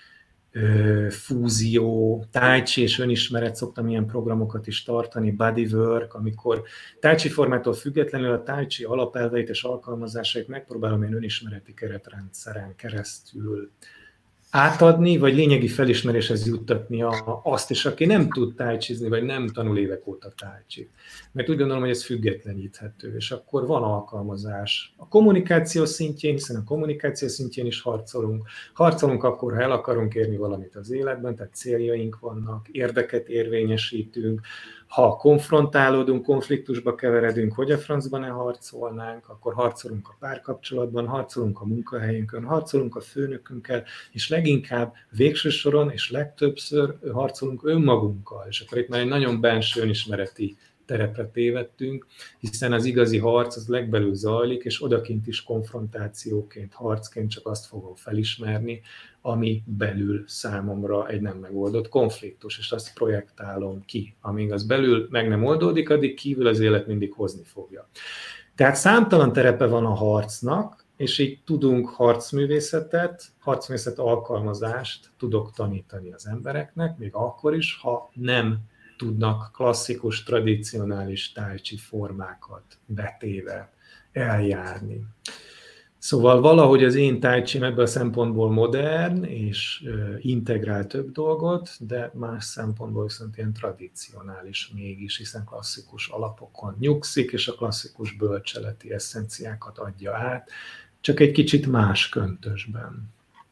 Speaker 3: fúzió, tájcsi és önismeret, szoktam ilyen programokat is tartani, bodywork, amikor tájcsi formától függetlenül a tájcsi alapelveit és alkalmazásait megpróbálom én önismereti keretrendszeren keresztül átadni, vagy lényegi felismeréshez juttatni azt is, aki nem tud tájcsizni, vagy nem tanul évek óta tájcsit. Mert úgy gondolom, hogy ez függetleníthető, és akkor van alkalmazás. A kommunikáció szintjén, hiszen a kommunikáció szintjén is harcolunk. Harcolunk akkor, ha el akarunk érni valamit az életben, tehát céljaink vannak, érdeket érvényesítünk. Ha konfrontálódunk, konfliktusba keveredünk, hogy a francban ne harcolnánk, akkor harcolunk a párkapcsolatban, harcolunk a munkahelyünkön, harcolunk a főnökünkkel, és leginkább végső soron és legtöbbször harcolunk önmagunkkal. És akkor itt már egy nagyon benső önismereti terepre tévedtünk, hiszen az igazi harc az legbelül zajlik, és odakint is konfrontációként, harcként csak azt fogom felismerni, ami belül számomra egy nem megoldott konfliktus, és azt projektálom ki. Amíg az belül meg nem oldódik, addig kívül az élet mindig hozni fogja. Tehát számtalan terepe van a harcnak, és így tudunk harcművészet alkalmazást tudok tanítani az embereknek, még akkor is, ha nem tudnak klasszikus, tradicionális tájcsi formákat betéve eljárni. Szóval valahogy az én tájcsim ebből a szempontból modern, és integrál több dolgot, de más szempontból viszont ilyen tradicionális mégis, hiszen klasszikus alapokon nyugszik, és a klasszikus bölcseleti eszenciákat adja át, csak egy kicsit más köntösben.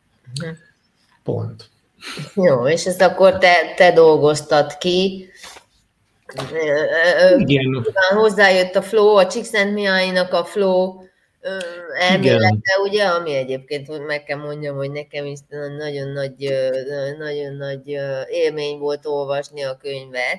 Speaker 3: Pont.
Speaker 4: Jó, és ezt akkor te dolgoztad ki.
Speaker 3: Igen.
Speaker 4: Hozzájött a flow, a Csíkszentmihalyinak a flow elmélete, ugye, ami egyébként meg kell mondjam, hogy nekem is nagyon nagy élmény volt olvasni a könyvet.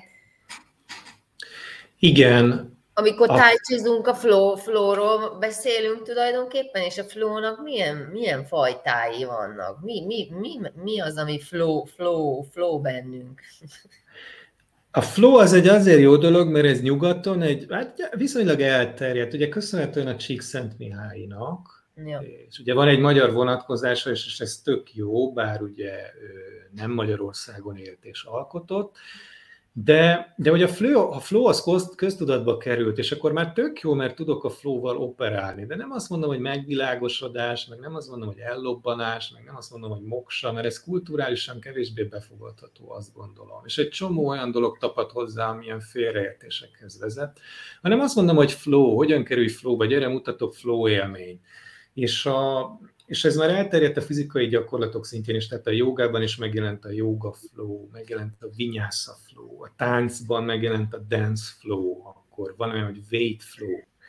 Speaker 3: Igen.
Speaker 4: Amikor tájcsizunk, a flowról beszélünk tulajdonképpen, és a flownak milyen fajtái vannak? Mi az, ami flow bennünk?
Speaker 3: A flow az egy azért jó dolog, mert ez nyugaton viszonylag elterjedt, ugye köszönhetően a Csíkszentmihályinak, ja. És ugye van egy magyar vonatkozása, és ez tök jó, bár ugye nem Magyarországon élt és alkotott, de hogy a flow az köztudatba került, és akkor már tök jó, mert tudok a flow-val operálni, de nem azt mondom, hogy megvilágosodás, meg nem azt mondom, hogy ellobbanás, meg nem azt mondom, hogy moksa, mert ez kulturálisan kevésbé befogadható, azt gondolom. És egy csomó olyan dolog tapad hozzá, amilyen félreértésekhez vezet, hanem azt mondom, hogy flow, hogyan kerülj flowba, gyere, mutatok flow élményt. És ez már elterjedt a fizikai gyakorlatok szintjén is, tehát a jogában is megjelent a yoga flow, megjelent a vinyasa flow, a táncban megjelent a dance flow, akkor van olyan, hogy weight flow.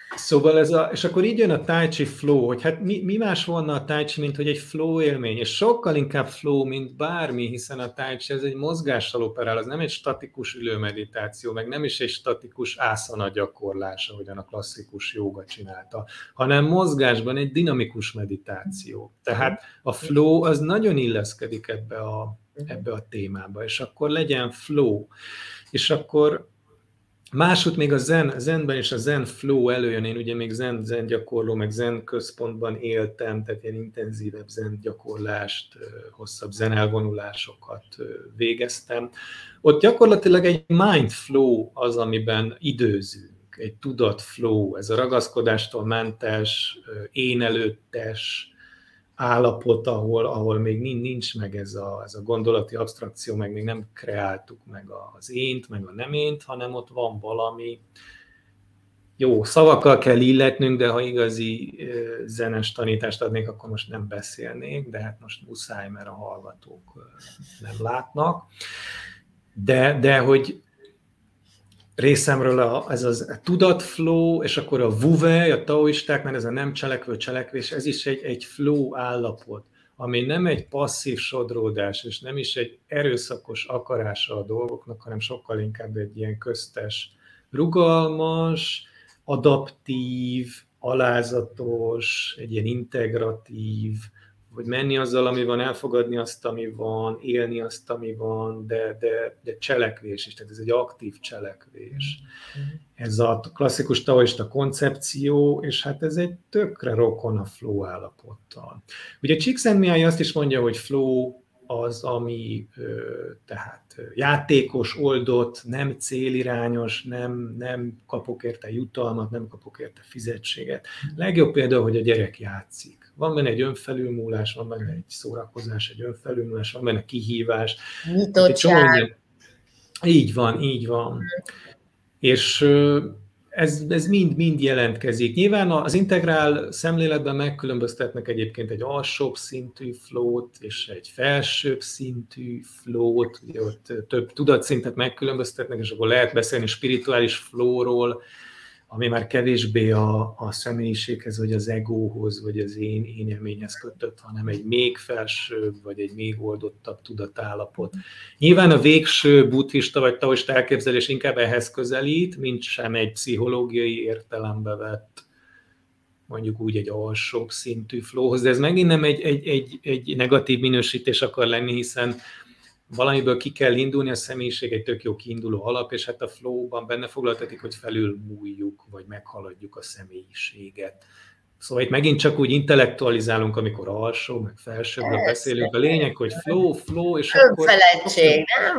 Speaker 3: Szóval és akkor így jön a Tai Chi flow, hogy hát mi más volna a Tai Chi, mint hogy egy flow élmény, és sokkal inkább flow, mint bármi, hiszen a Tai Chi ez egy mozgással operál, az nem egy statikus ülőmeditáció, meg nem is egy statikus ászana gyakorlás, ahogyan a klasszikus jóga csinálta, hanem mozgásban egy dinamikus meditáció. Tehát a flow az nagyon illeszkedik ebbe a témába, és akkor legyen flow, és akkor másút még a zenben és a zen flow előjön, én ugye még zen gyakorló, meg zen központban éltem, tehát ilyen intenzívebb zen gyakorlást, hosszabb zen elvonulásokat végeztem. Ott gyakorlatilag egy mind flow az, amiben időzünk, egy tudat flow, ez a ragaszkodástól mentes, én előttes állapot, ahol még nincs meg ez a gondolati abstrakció, meg még nem kreáltuk meg az ént, meg a nem ént, hanem ott van valami. Jó, szavakkal kell illetnünk, de ha igazi zenes tanítást adnék, akkor most nem beszélnék, de hát most muszáj, mert a hallgatók nem látnak. De hogy részemről ez a tudatflow, és akkor a wuvei, a taoistáknál ez a nem cselekvő cselekvés, ez is egy flow állapot, ami nem egy passzív sodródás, és nem is egy erőszakos akarása a dolgoknak, hanem sokkal inkább egy ilyen köztes, rugalmas, adaptív, alázatos, egy ilyen integratív, hogy menni azzal, ami van, elfogadni azt, ami van, élni azt, ami van, de cselekvés is, tehát ez egy aktív cselekvés. Ez a klasszikus taoista koncepció, és hát ez egy tökre rokon a flow állapottal. Ugye Csikszentmihalyi azt is mondja, hogy flow az, ami tehát játékos, oldott, nem célirányos, nem kapok érte jutalmat, nem kapok érte fizetséget. Legjobb például, hogy a gyerek játszik. Van benne egy önfelülmúlás, van benne egy szórakozás, egy önfelülmúlás, van benne kihívás.
Speaker 4: Nyitottság.
Speaker 3: Így van. És ez mind jelentkezik. Nyilván az integrál szemléletben megkülönböztetnek egyébként egy alsóbb szintű flow-t és egy felsőbb szintű flow-t, ugye ott több tudatszintet megkülönböztetnek, és akkor lehet beszélni spirituális flow-ról, ami már kevésbé a személyiséghez, vagy az egóhoz, vagy az én élményhez kötött, hanem egy még felsőbb, vagy egy még oldottabb tudatállapot. Nyilván a végső buddhista vagy taoista elképzelés inkább ehhez közelít, mint sem egy pszichológiai értelembe vett, mondjuk úgy egy alsóbb szintű flowhoz, de ez megint nem egy negatív minősítés akar lenni, hiszen valamiből ki kell indulni, a személyiség egy tök jó kiinduló alap, és hát a flow-ban benne foglaltatik, hogy felülmúljuk, vagy meghaladjuk a személyiséget. Szóval itt megint csak úgy intellektualizálunk, amikor alsó, meg felsőbbről beszélünk. A lényeg, hogy flow, és akkor...
Speaker 4: Önfeledtség, nem?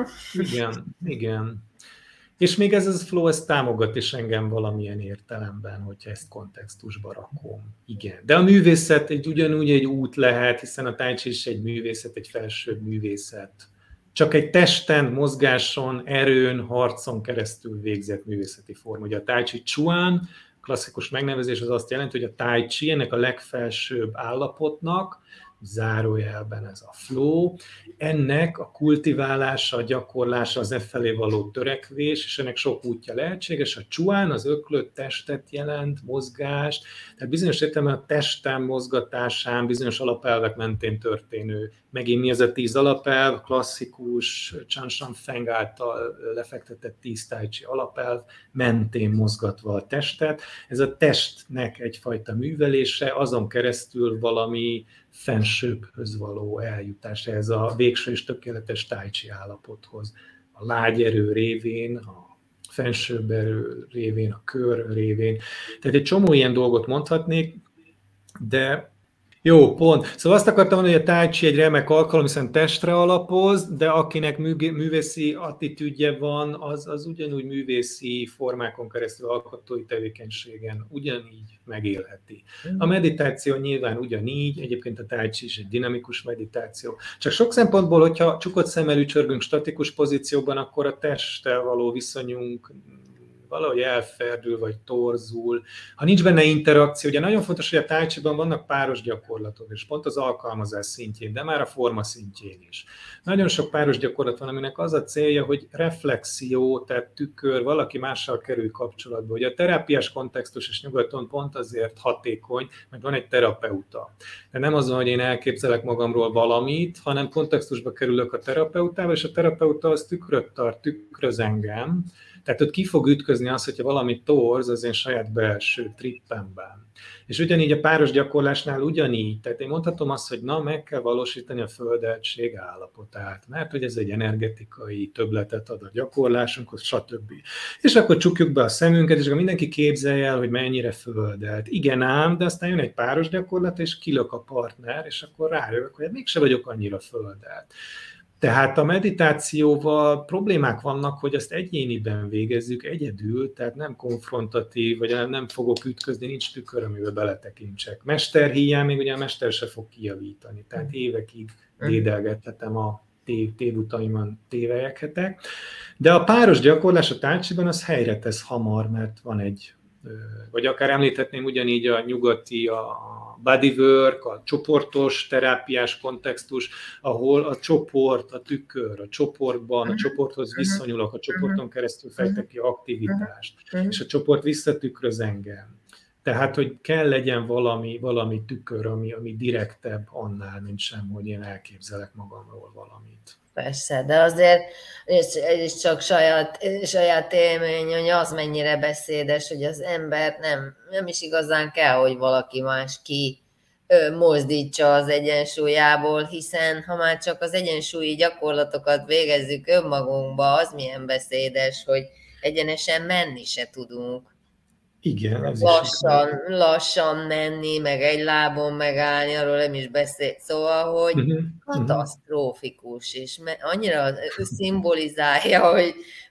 Speaker 3: Igen. És még ez a flow, ez támogat is engem valamilyen értelemben, hogyha ezt kontextusba rakom. Igen. De a művészet ugyanúgy egy út lehet, hiszen a Tai Chi is egy művészet, egy felsőbb művészet. Csak egy testen, mozgáson, erőn, harcon keresztül végzett művészeti forma. Ugye a Tai Chi Chuan, klasszikus megnevezés az azt jelenti, hogy a Tai Chi ennek a legfelsőbb állapotnak, zárójelben ez a flow, ennek a kultiválása, a gyakorlása, az felé való törekvés, és ennek sok útja lehetséges. A Chuan az öklött testet jelent, mozgást, tehát bizonyos értelemben a testem mozgatásán, bizonyos alapelvek mentén történő. Megint mi ez a 10 alapelv, klasszikus Chan Shan Feng által lefektetett 10 Tai Chi alapelv mentén mozgatva a testet. Ez a testnek egyfajta művelése, azon keresztül valami fensőbbrhöz való eljutás, ez a végső és tökéletes Tai Chi állapothoz. A lágy erő révén, a fensőbb erő révén, a kör révén. Tehát egy csomó ilyen dolgot mondhatnék, de jó, pont. Szóval azt akartam mondani, hogy a Tai Chi egy remek alkalom, hiszen testre alapoz, de akinek művészi attitűdje van, az ugyanúgy művészi formákon keresztül alkotói tevékenységen ugyanígy megélheti. A meditáció nyilván ugyanígy, egyébként a Tai Chi is egy dinamikus meditáció. Csak sok szempontból, hogyha csukott szemmel ücsörgünk statikus pozícióban, akkor a testtel való viszonyunk valahogy elferdül, vagy torzul. Ha nincs benne interakció, ugye nagyon fontos, hogy a tai chiban vannak páros gyakorlatok, és pont az alkalmazás szintjén, de már a forma szintjén is. Nagyon sok páros gyakorlat van, aminek az a célja, hogy reflexió, tehát tükör, valaki mással kerül kapcsolatba. Ugye a terápiás kontextus és nyugaton pont azért hatékony, mert van egy terapeuta. De nem az, hogy én elképzelek magamról valamit, hanem kontextusba kerülök a terapeutával, és a terapeuta az tükröt tart, tükröz engem. Tehát ott ki fog ütközni az, hogyha valami torz az én saját belső trippemben. És ugyanígy a páros gyakorlásnál ugyanígy, tehát én mondhatom azt, hogy na, meg kell valósítani a földeltség állapotát, mert hogy ez egy energetikai többletet ad a gyakorlásunkhoz, stb. És akkor csukjuk be a szemünket, és akkor mindenki képzelje el, hogy mennyire földelt. Igen ám, de aztán jön egy páros gyakorlat, és kilök a partner, és akkor rájövök, hogy mégse vagyok annyira földelt. Tehát a meditációval problémák vannak, hogy azt egyéniben végezzük egyedül, tehát nem konfrontatív, vagy nem fogok ütközni, nincs tükör, amivel beletekintsek. Mesterhíján még ugye a mester se fog kijavítani, tehát évekig dédelgettetem a tévutaimon, tévelyekhetek. De a páros gyakorlás a tai chiban az helyre tesz hamar, mert van egy, vagy akár említhetném ugyanígy a nyugati, a bodywork, a csoportos terápiás kontextus, ahol a csoport, a tükör, a csoportban, a csoporthoz viszonyulok, a csoporton keresztül fejtek ki aktivitást, és a csoport visszatükröz engem. Tehát, hogy kell legyen valami tükör, ami direktebb annál, mint sem, hogy én elképzelek magamról valamit.
Speaker 4: Persze, de azért ez csak saját élmény, hogy az mennyire beszédes, hogy az ember nem is igazán kell, hogy valaki más ki mozdítsa az egyensúlyából, hiszen ha már csak az egyensúlyi gyakorlatokat végezzük önmagunkba, az milyen beszédes, hogy egyenesen menni se tudunk.
Speaker 3: Igen, ez
Speaker 4: lassan menni, meg egy lábon megállni, arról nem is beszél. Szóval, hogy katasztrófikus, és annyira szimbolizálja, hogy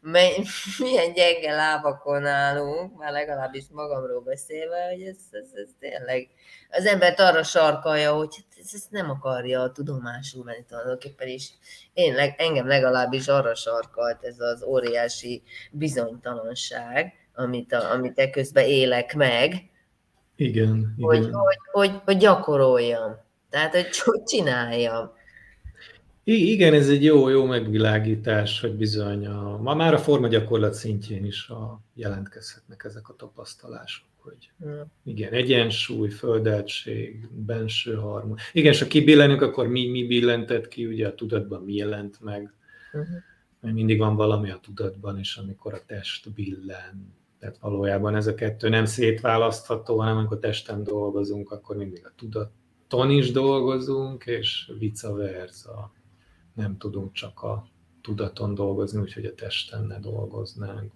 Speaker 4: milyen gyenge lábakon állunk, már legalábbis magamról beszélve, hogy ez tényleg az embert arra sarkalja, hogy ezt nem akarja tudomásul venni tulajdonképpen is. Engem legalábbis arra sarkalt ez az óriási bizonytalanság, amit eközben élek meg,
Speaker 3: igen.
Speaker 4: Hogy gyakoroljam. Tehát, hogy csináljam.
Speaker 3: Igen, ez egy jó megvilágítás, hogy bizony ma már a formagyakorlat szintjén is jelentkezhetnek ezek a tapasztalások, hogy igen, egyensúly, földeltség, benső harmónia. Igen, és ha kibillenünk, akkor mi billentett ki, ugye a tudatban mi jelent meg, mert mindig van valami a tudatban, és amikor a test billen, tehát valójában ez a kettő nem szétválasztható, hanem amikor testen dolgozunk, akkor mindig a tudaton is dolgozunk, és vice versa. Nem tudunk csak a tudaton dolgozni, úgyhogy a testen ne dolgoznánk.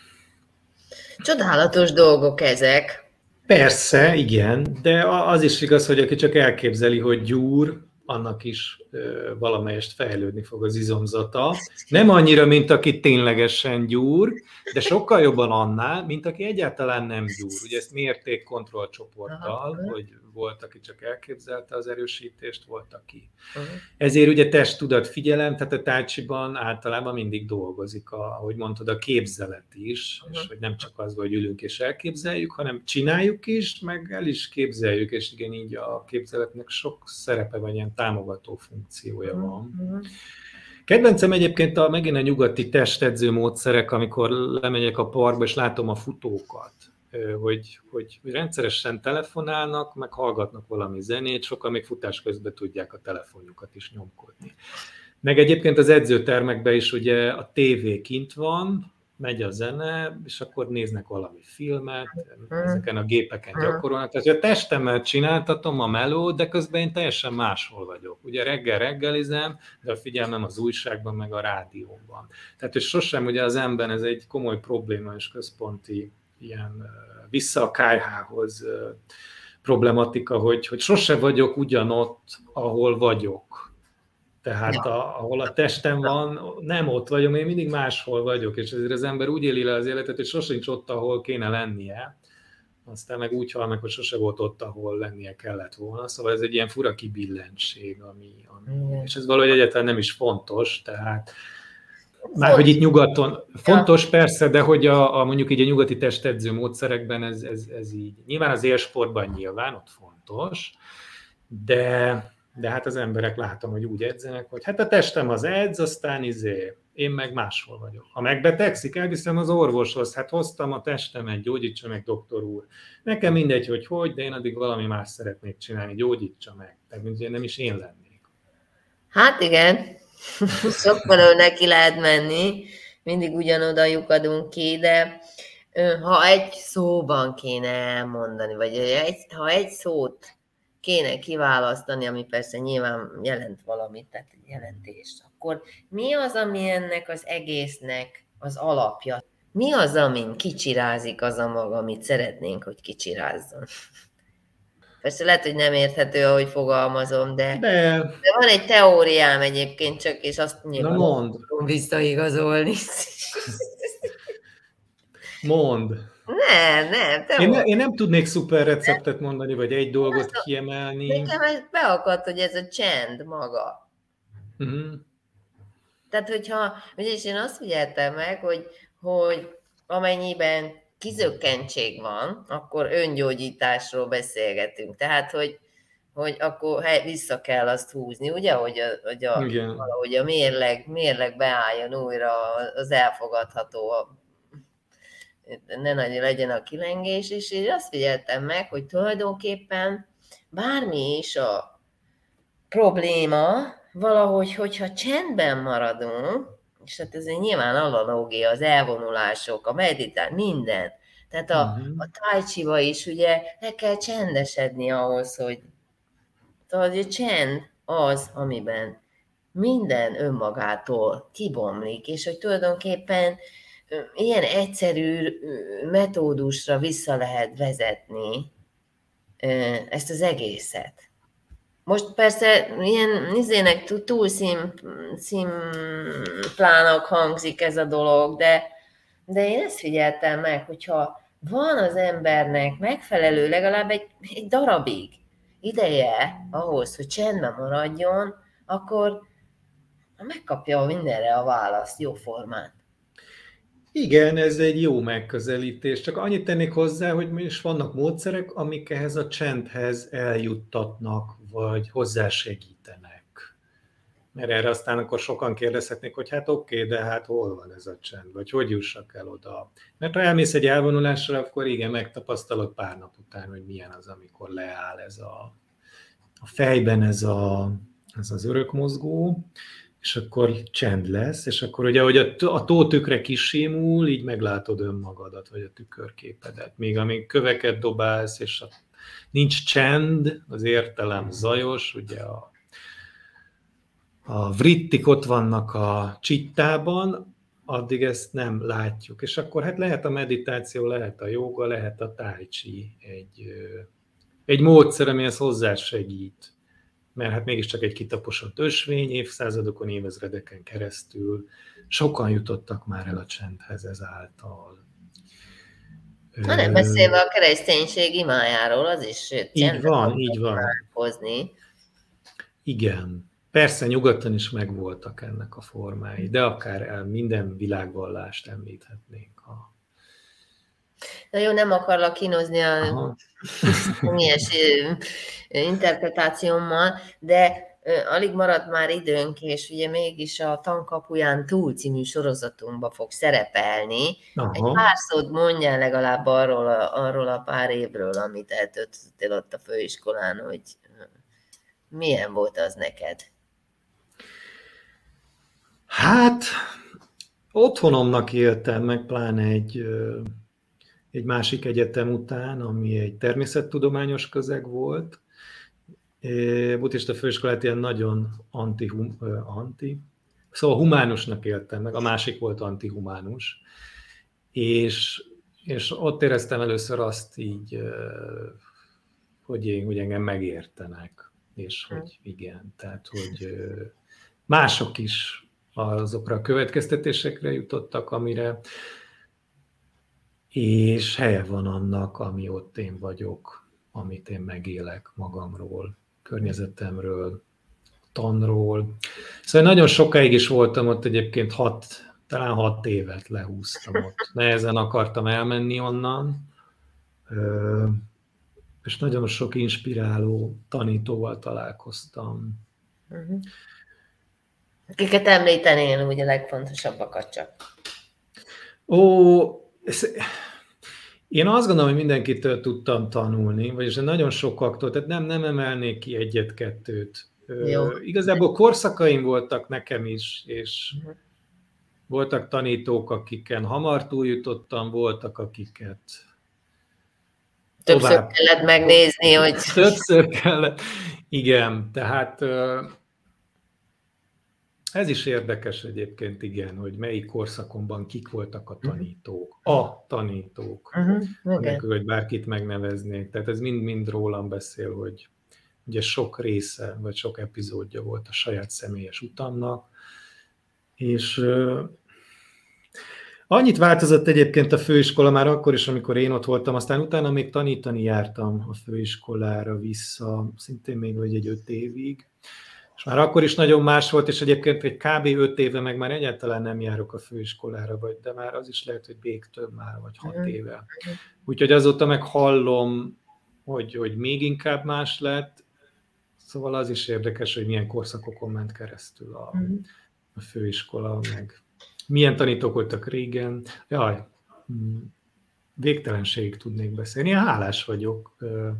Speaker 4: Csodálatos dolgok ezek.
Speaker 3: Persze, igen, de az is igaz, hogy aki csak elképzeli, hogy gyúr, annak is valamelyest fejlődni fog az izomzata. Nem annyira, mint aki ténylegesen gyúr, de sokkal jobban annál, mint aki egyáltalán nem gyúr. Ugye ezt mérték-kontroll csoporttal, hogy volt, aki csak elképzelte az erősítést, volt, aki. Ezért ugye test-tudat figyelem, tehát a tai chiban általában mindig dolgozik, ahogy mondtad, a képzelet is, és hogy nem csak az, hogy ülünk és elképzeljük, hanem csináljuk is, meg el is képzeljük, és igen, így a képzeletnek sok szerepe van, ilyen támogató funkciója van. Kedvencem egyébként megint a nyugati testedző módszerek, amikor lemegyek a parkba, és látom a futókat, hogy rendszeresen telefonálnak, meg hallgatnak valami zenét, sokan még futás közben tudják a telefonjukat is nyomkodni. Meg egyébként az edzőtermekben is ugye a tévé kint van, megy a zene, és akkor néznek valami filmet, ezeken a gépeken gyakorolnak. Tehát a testemmel csináltatom a melót, de közben én teljesen máshol vagyok. Ugye reggelizem, de a figyelmem az újságban, meg a rádióban. Tehát, hogy sosem ugye az emberben ez egy komoly probléma és központi ilyen vissza a KH-hoz problematika, hogy sose vagyok ugyanott, ahol vagyok. Tehát ahol a testem van, nem ott vagyok, én mindig máshol vagyok, és ezért az ember úgy éli le az életet, hogy sosincs ott, ahol kéne lennie, aztán meg úgy hal meg, hogy sose volt ott, ahol lennie kellett volna. Szóval ez egy ilyen fura kibillentség, ami és ez valahogy egyáltalán nem is fontos, tehát Már hogy itt nyugaton. Fontos persze, de hogy mondjuk így a nyugati testedző módszerekben ez így. Nyilván az élsportban nyilván ott fontos, de hát az emberek látom, hogy úgy edzenek, hogy hát a testem az edz, aztán én meg máshol vagyok. Ha megbetegszik, elviszem az orvoshoz, hát hoztam a testemet, gyógyítsa meg, doktor úr. Nekem mindegy, hogy, de én addig valami más szeretnék csinálni, gyógyítsa meg. Tehát mint nem is én lennék.
Speaker 4: Hát igen, sok felől neki lehet menni, mindig ugyanoda lyukadunk ki, de ha egy szóban kéne elmondani, vagy ha egy szót kéne kiválasztani, ami persze nyilván jelent valamit, tehát egy jelentést, akkor mi az, ami ennek az egésznek az alapja? Mi az, amin kicsirázik az a maga, amit szeretnénk, hogy kicsirázzon? Persze lehet, hogy nem érthető, ahogy fogalmazom, de van egy teóriám egyébként csak, és azt nyilván tudom visszaigazolni.
Speaker 3: Mondd.
Speaker 4: Nem.
Speaker 3: Én nem tudnék szuper receptet mondani, vagy egy dolgot kiemelni.
Speaker 4: Nekem ez beakadt, hogy ez a csend maga.
Speaker 3: Uh-huh.
Speaker 4: Tehát, ugyanis én azt figyeltem meg, hogy amennyiben kizökkentség van, akkor öngyógyításról beszélgetünk. Tehát, hogy akkor vissza kell azt húzni, ugye, hogy valahogy a mérleg beálljon újra az elfogadható, ne nagyon legyen a kilengés, és én azt figyeltem meg, hogy tulajdonképpen bármi is a probléma, valahogy, hogyha csendben maradunk, és hát ez nyilván analógia, az elvonulások, a meditál, minden. Tehát a tai chi-ba is ugye le kell csendesedni ahhoz, hogy a csend az, amiben minden önmagától kibomlik, és hogy tulajdonképpen ilyen egyszerű metódusra vissza lehet vezetni ezt az egészet. Most persze ilyen túl szimplának hangzik ez a dolog, de én ezt figyeltem meg, hogyha van az embernek megfelelő legalább egy darabig ideje ahhoz, hogy csendben maradjon, akkor megkapja mindenre a választ jó formán.
Speaker 3: Igen, ez egy jó megközelítés. Csak annyit tennék hozzá, hogy is vannak módszerek, amik ehhez a csendhez eljuttatnak, vagy hozzásegítenek. Mert erre aztán akkor sokan kérdezhetnék, hogy hát oké, de hát hol van ez a csend, vagy hogy jussak el oda. Mert ha elmész egy elvonulásra, akkor igen, megtapasztalod pár nap után, hogy milyen az, amikor leáll ez a fejben ez az örökmozgó, és akkor csend lesz, és akkor ugye, hogy a tótükre kisimul, így meglátod önmagadat, vagy a tükörképedet. Míg amíg köveket dobálsz, és nincs csend, az értelem zajos, ugye a vrittik ott vannak a csittában, addig ezt nem látjuk. És akkor hát lehet a meditáció, lehet a jóga, lehet a tai chi egy módszer, ami ezt hozzásegít. Mert hát mégiscsak egy kitaposott ösvény, évszázadokon, évezredeken keresztül sokan jutottak már el a csendhez ezáltal.
Speaker 4: Nem beszélve a kereszténység imájáról, az is
Speaker 3: így van.
Speaker 4: Hozni.
Speaker 3: Igen. Persze nyugaton is megvoltak ennek a formái, de akár minden világvallást említhetnénk.
Speaker 4: Na jó, nem akarlak kínozni a személyes interpretációmmal, de alig maradt már időnk, és ugye mégis a Tankapuján túl című sorozatunkba fog szerepelni. Aha. Egy pár szót mondjál legalább arról a pár évről, amit eltöltöttél ott a főiskolán, hogy milyen volt az neked?
Speaker 3: Hát, otthonomnak éltem, meg pláne egy másik egyetem után, ami egy természettudományos közeg volt. Buddhista főiskolát ilyen nagyon szóval humánusnak éltem meg, a másik volt antihumánus. És ott éreztem először azt így, hogy engem megértenek, és hogy igen, tehát hogy mások is azokra a következtetésekre jutottak, amire, és helye van annak, ami ott én vagyok, amit én megélek magamról, környezetemről, tanról. Szóval nagyon sokáig is voltam ott, egyébként talán 6 évet lehúztam ott. Nehezen akartam elmenni onnan, és nagyon sok inspiráló tanítóval találkoztam.
Speaker 4: Kiket említenél, ugye a legfontosabbakat csak?
Speaker 3: Én azt gondolom, hogy mindenkitől tudtam tanulni, vagyis nagyon sokaktól, tehát nem emelnék ki egyet-kettőt. Igazából korszakaim voltak nekem is, és voltak tanítók, akiken hamar túljutottam, voltak, akiket
Speaker 4: többször kellett megnézni, hogy...
Speaker 3: Többször kellett, igen, tehát ez is érdekes egyébként, igen, hogy melyik korszakomban kik voltak a tanítók. A tanítók. Anélkül, hogy bárkit megneveznék. Tehát ez mind rólam beszél, hogy ugye sok része, vagy sok epizódja volt a saját személyes utamnak. És annyit változott egyébként a főiskola már akkor is, amikor én ott voltam, aztán utána még tanítani jártam a főiskolára vissza, szintén még egy 5 évig. És már akkor is nagyon más volt, és egyébként egy kb. 5 éve meg már egyáltalán nem járok a főiskolára, de már az is lehet, hogy még több már, vagy 6 éve. Úgyhogy azóta meg hallom, hogy még inkább más lett, szóval az is érdekes, hogy milyen korszakokon ment keresztül a főiskola, meg milyen tanítók voltak régen. Jaj, végtelenségig tudnék beszélni. Én hálás vagyok.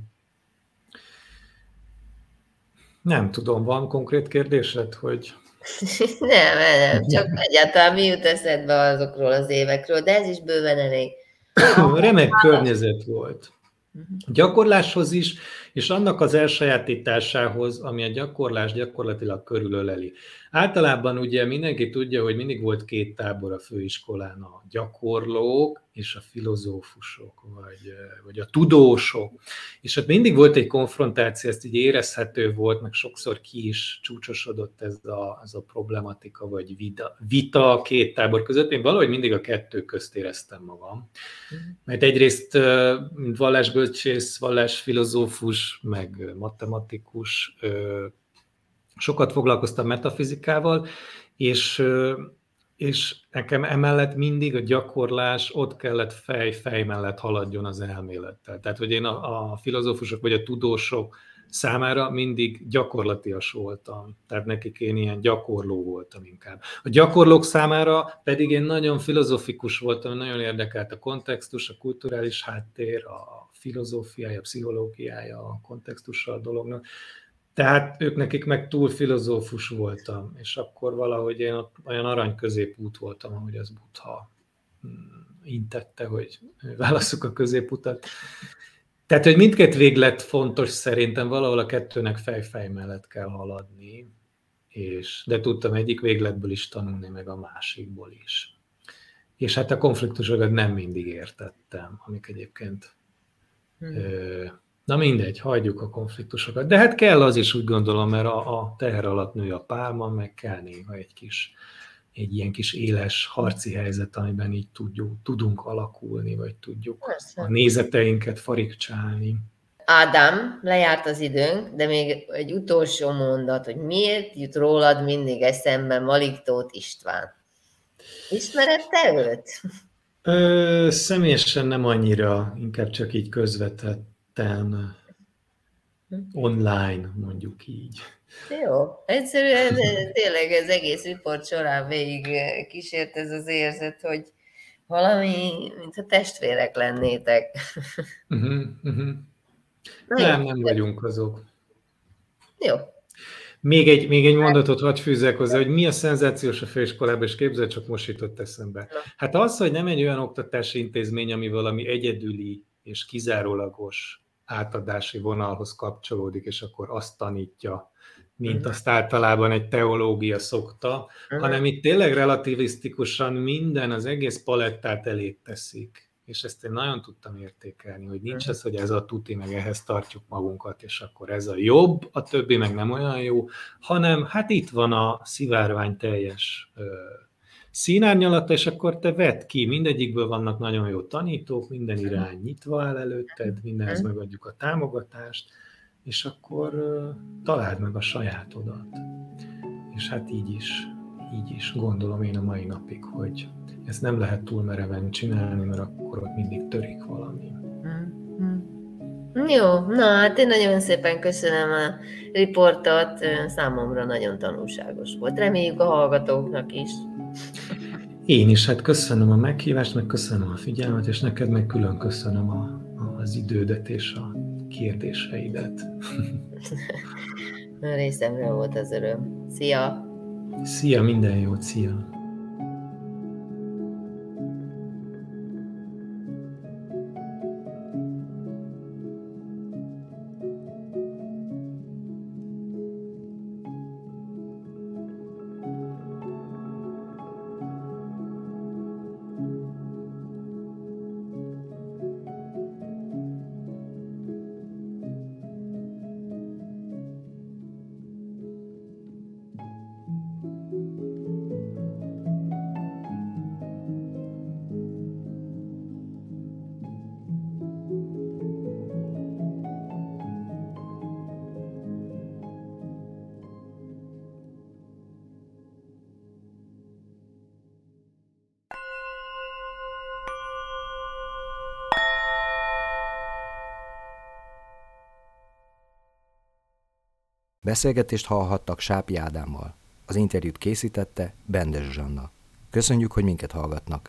Speaker 3: Nem tudom, van konkrét kérdésed, hogy...
Speaker 4: Nem, csak egyáltalán mi jut eszedbe azokról az évekről, de ez is bőven elég.
Speaker 3: Remek környezet volt. A gyakorláshoz is, és annak az elsajátításához, ami a gyakorlás gyakorlatilag körülöleli. Általában ugye mindenki tudja, hogy mindig volt 2 tábor a főiskolán, a gyakorlók és a filozófusok, vagy a tudósok. És ott mindig volt egy konfrontáció, ezt így érezhető volt, meg sokszor ki is csúcsosodott ez a problematika, vagy vita a 2 tábor között. Én valahogy mindig a 2 közt éreztem magam. Mert egyrészt vallásbölcsész, vallásfilozófus, meg matematikus, sokat foglalkoztam metafizikával, és nekem emellett mindig a gyakorlás ott kellett fej mellett haladjon az elmélettel. Tehát, hogy én a filozófusok vagy a tudósok számára mindig gyakorlatias voltam. Tehát nekik én ilyen gyakorló voltam inkább. A gyakorlók számára pedig én nagyon filozofikus voltam, nagyon érdekelt a kontextus, a kulturális háttér, a filozófiája, a pszichológiája, a kontextusa a dolognak. Tehát ők nekik meg túl filozófus voltam, és akkor valahogy én ott olyan arany középút voltam, ahogy az Buddha intette, hogy válasszuk a középutat. Tehát, hogy mindkét véglet fontos szerintem, valahol a 2-nek fej mellett kell haladni, de tudtam egyik végletből is tanulni, meg a másikból is. És hát a konfliktusokat nem mindig értettem, amik egyébként... Na mindegy, hagyjuk a konfliktusokat. De hát kell az is, úgy gondolom, mert a teher alatt nő a pálma, meg kell néha egy ilyen kis éles harci helyzet, amiben így tudunk alakulni, vagy tudjuk a nézeteinket farigcsálni.
Speaker 4: Ádám, lejárt az időnk, de még egy utolsó mondat, hogy miért jut rólad mindig eszembe Malik Tóth István? Ismered te őt?
Speaker 3: Személyesen nem annyira, inkább csak így közvetetten online, mondjuk így.
Speaker 4: Jó, egyszerűen tényleg az egész riport során végig kísért ez az érzet, hogy valami, mintha testvérek lennétek.
Speaker 3: Nem vagyunk azok.
Speaker 4: Jó.
Speaker 3: Még egy mondatot hadd fűzzek hozzá, hogy mi a szenzációs a főiskolában, és képzeld, csak most jutott eszembe. Hát az, hogy nem egy olyan oktatási intézmény, ami valami egyedüli és kizárólagos átadási vonalhoz kapcsolódik, és akkor azt tanítja, mint azt általában egy teológia szokta, hanem itt tényleg relativisztikusan minden, az egész palettát elé teszik. És ezt én nagyon tudtam értékelni, hogy nincs ez, hogy ez a tuti, meg ehhez tartjuk magunkat, és akkor ez a jobb, a többi meg nem olyan jó, hanem hát itt van a szivárvány teljes színárnyalata, és akkor te vedd ki, mindegyikből vannak nagyon jó tanítók, minden irány nyitva áll előtted, mindenhez megadjuk a támogatást, és akkor találd meg a sajátodat. És hát így így is gondolom én a mai napig, hogy ezt nem lehet túl mereven csinálni, mert akkor ott mindig törik valami.
Speaker 4: Jó, na hát én nagyon szépen köszönöm a riportot, számomra nagyon tanulságos volt. Reméljük a hallgatóknak is.
Speaker 3: Én is, hát köszönöm a meghívást, meg köszönöm a figyelmet, és neked meg külön köszönöm az idődet és a kérdéseidet.
Speaker 4: A részemről volt az öröm. Szia!
Speaker 3: Szia, minden jót, szia!
Speaker 1: Beszélgetést hallhattak Sápi Ádámmal. Az interjút készítette Bendes Zsanna. Köszönjük, hogy minket hallgatnak.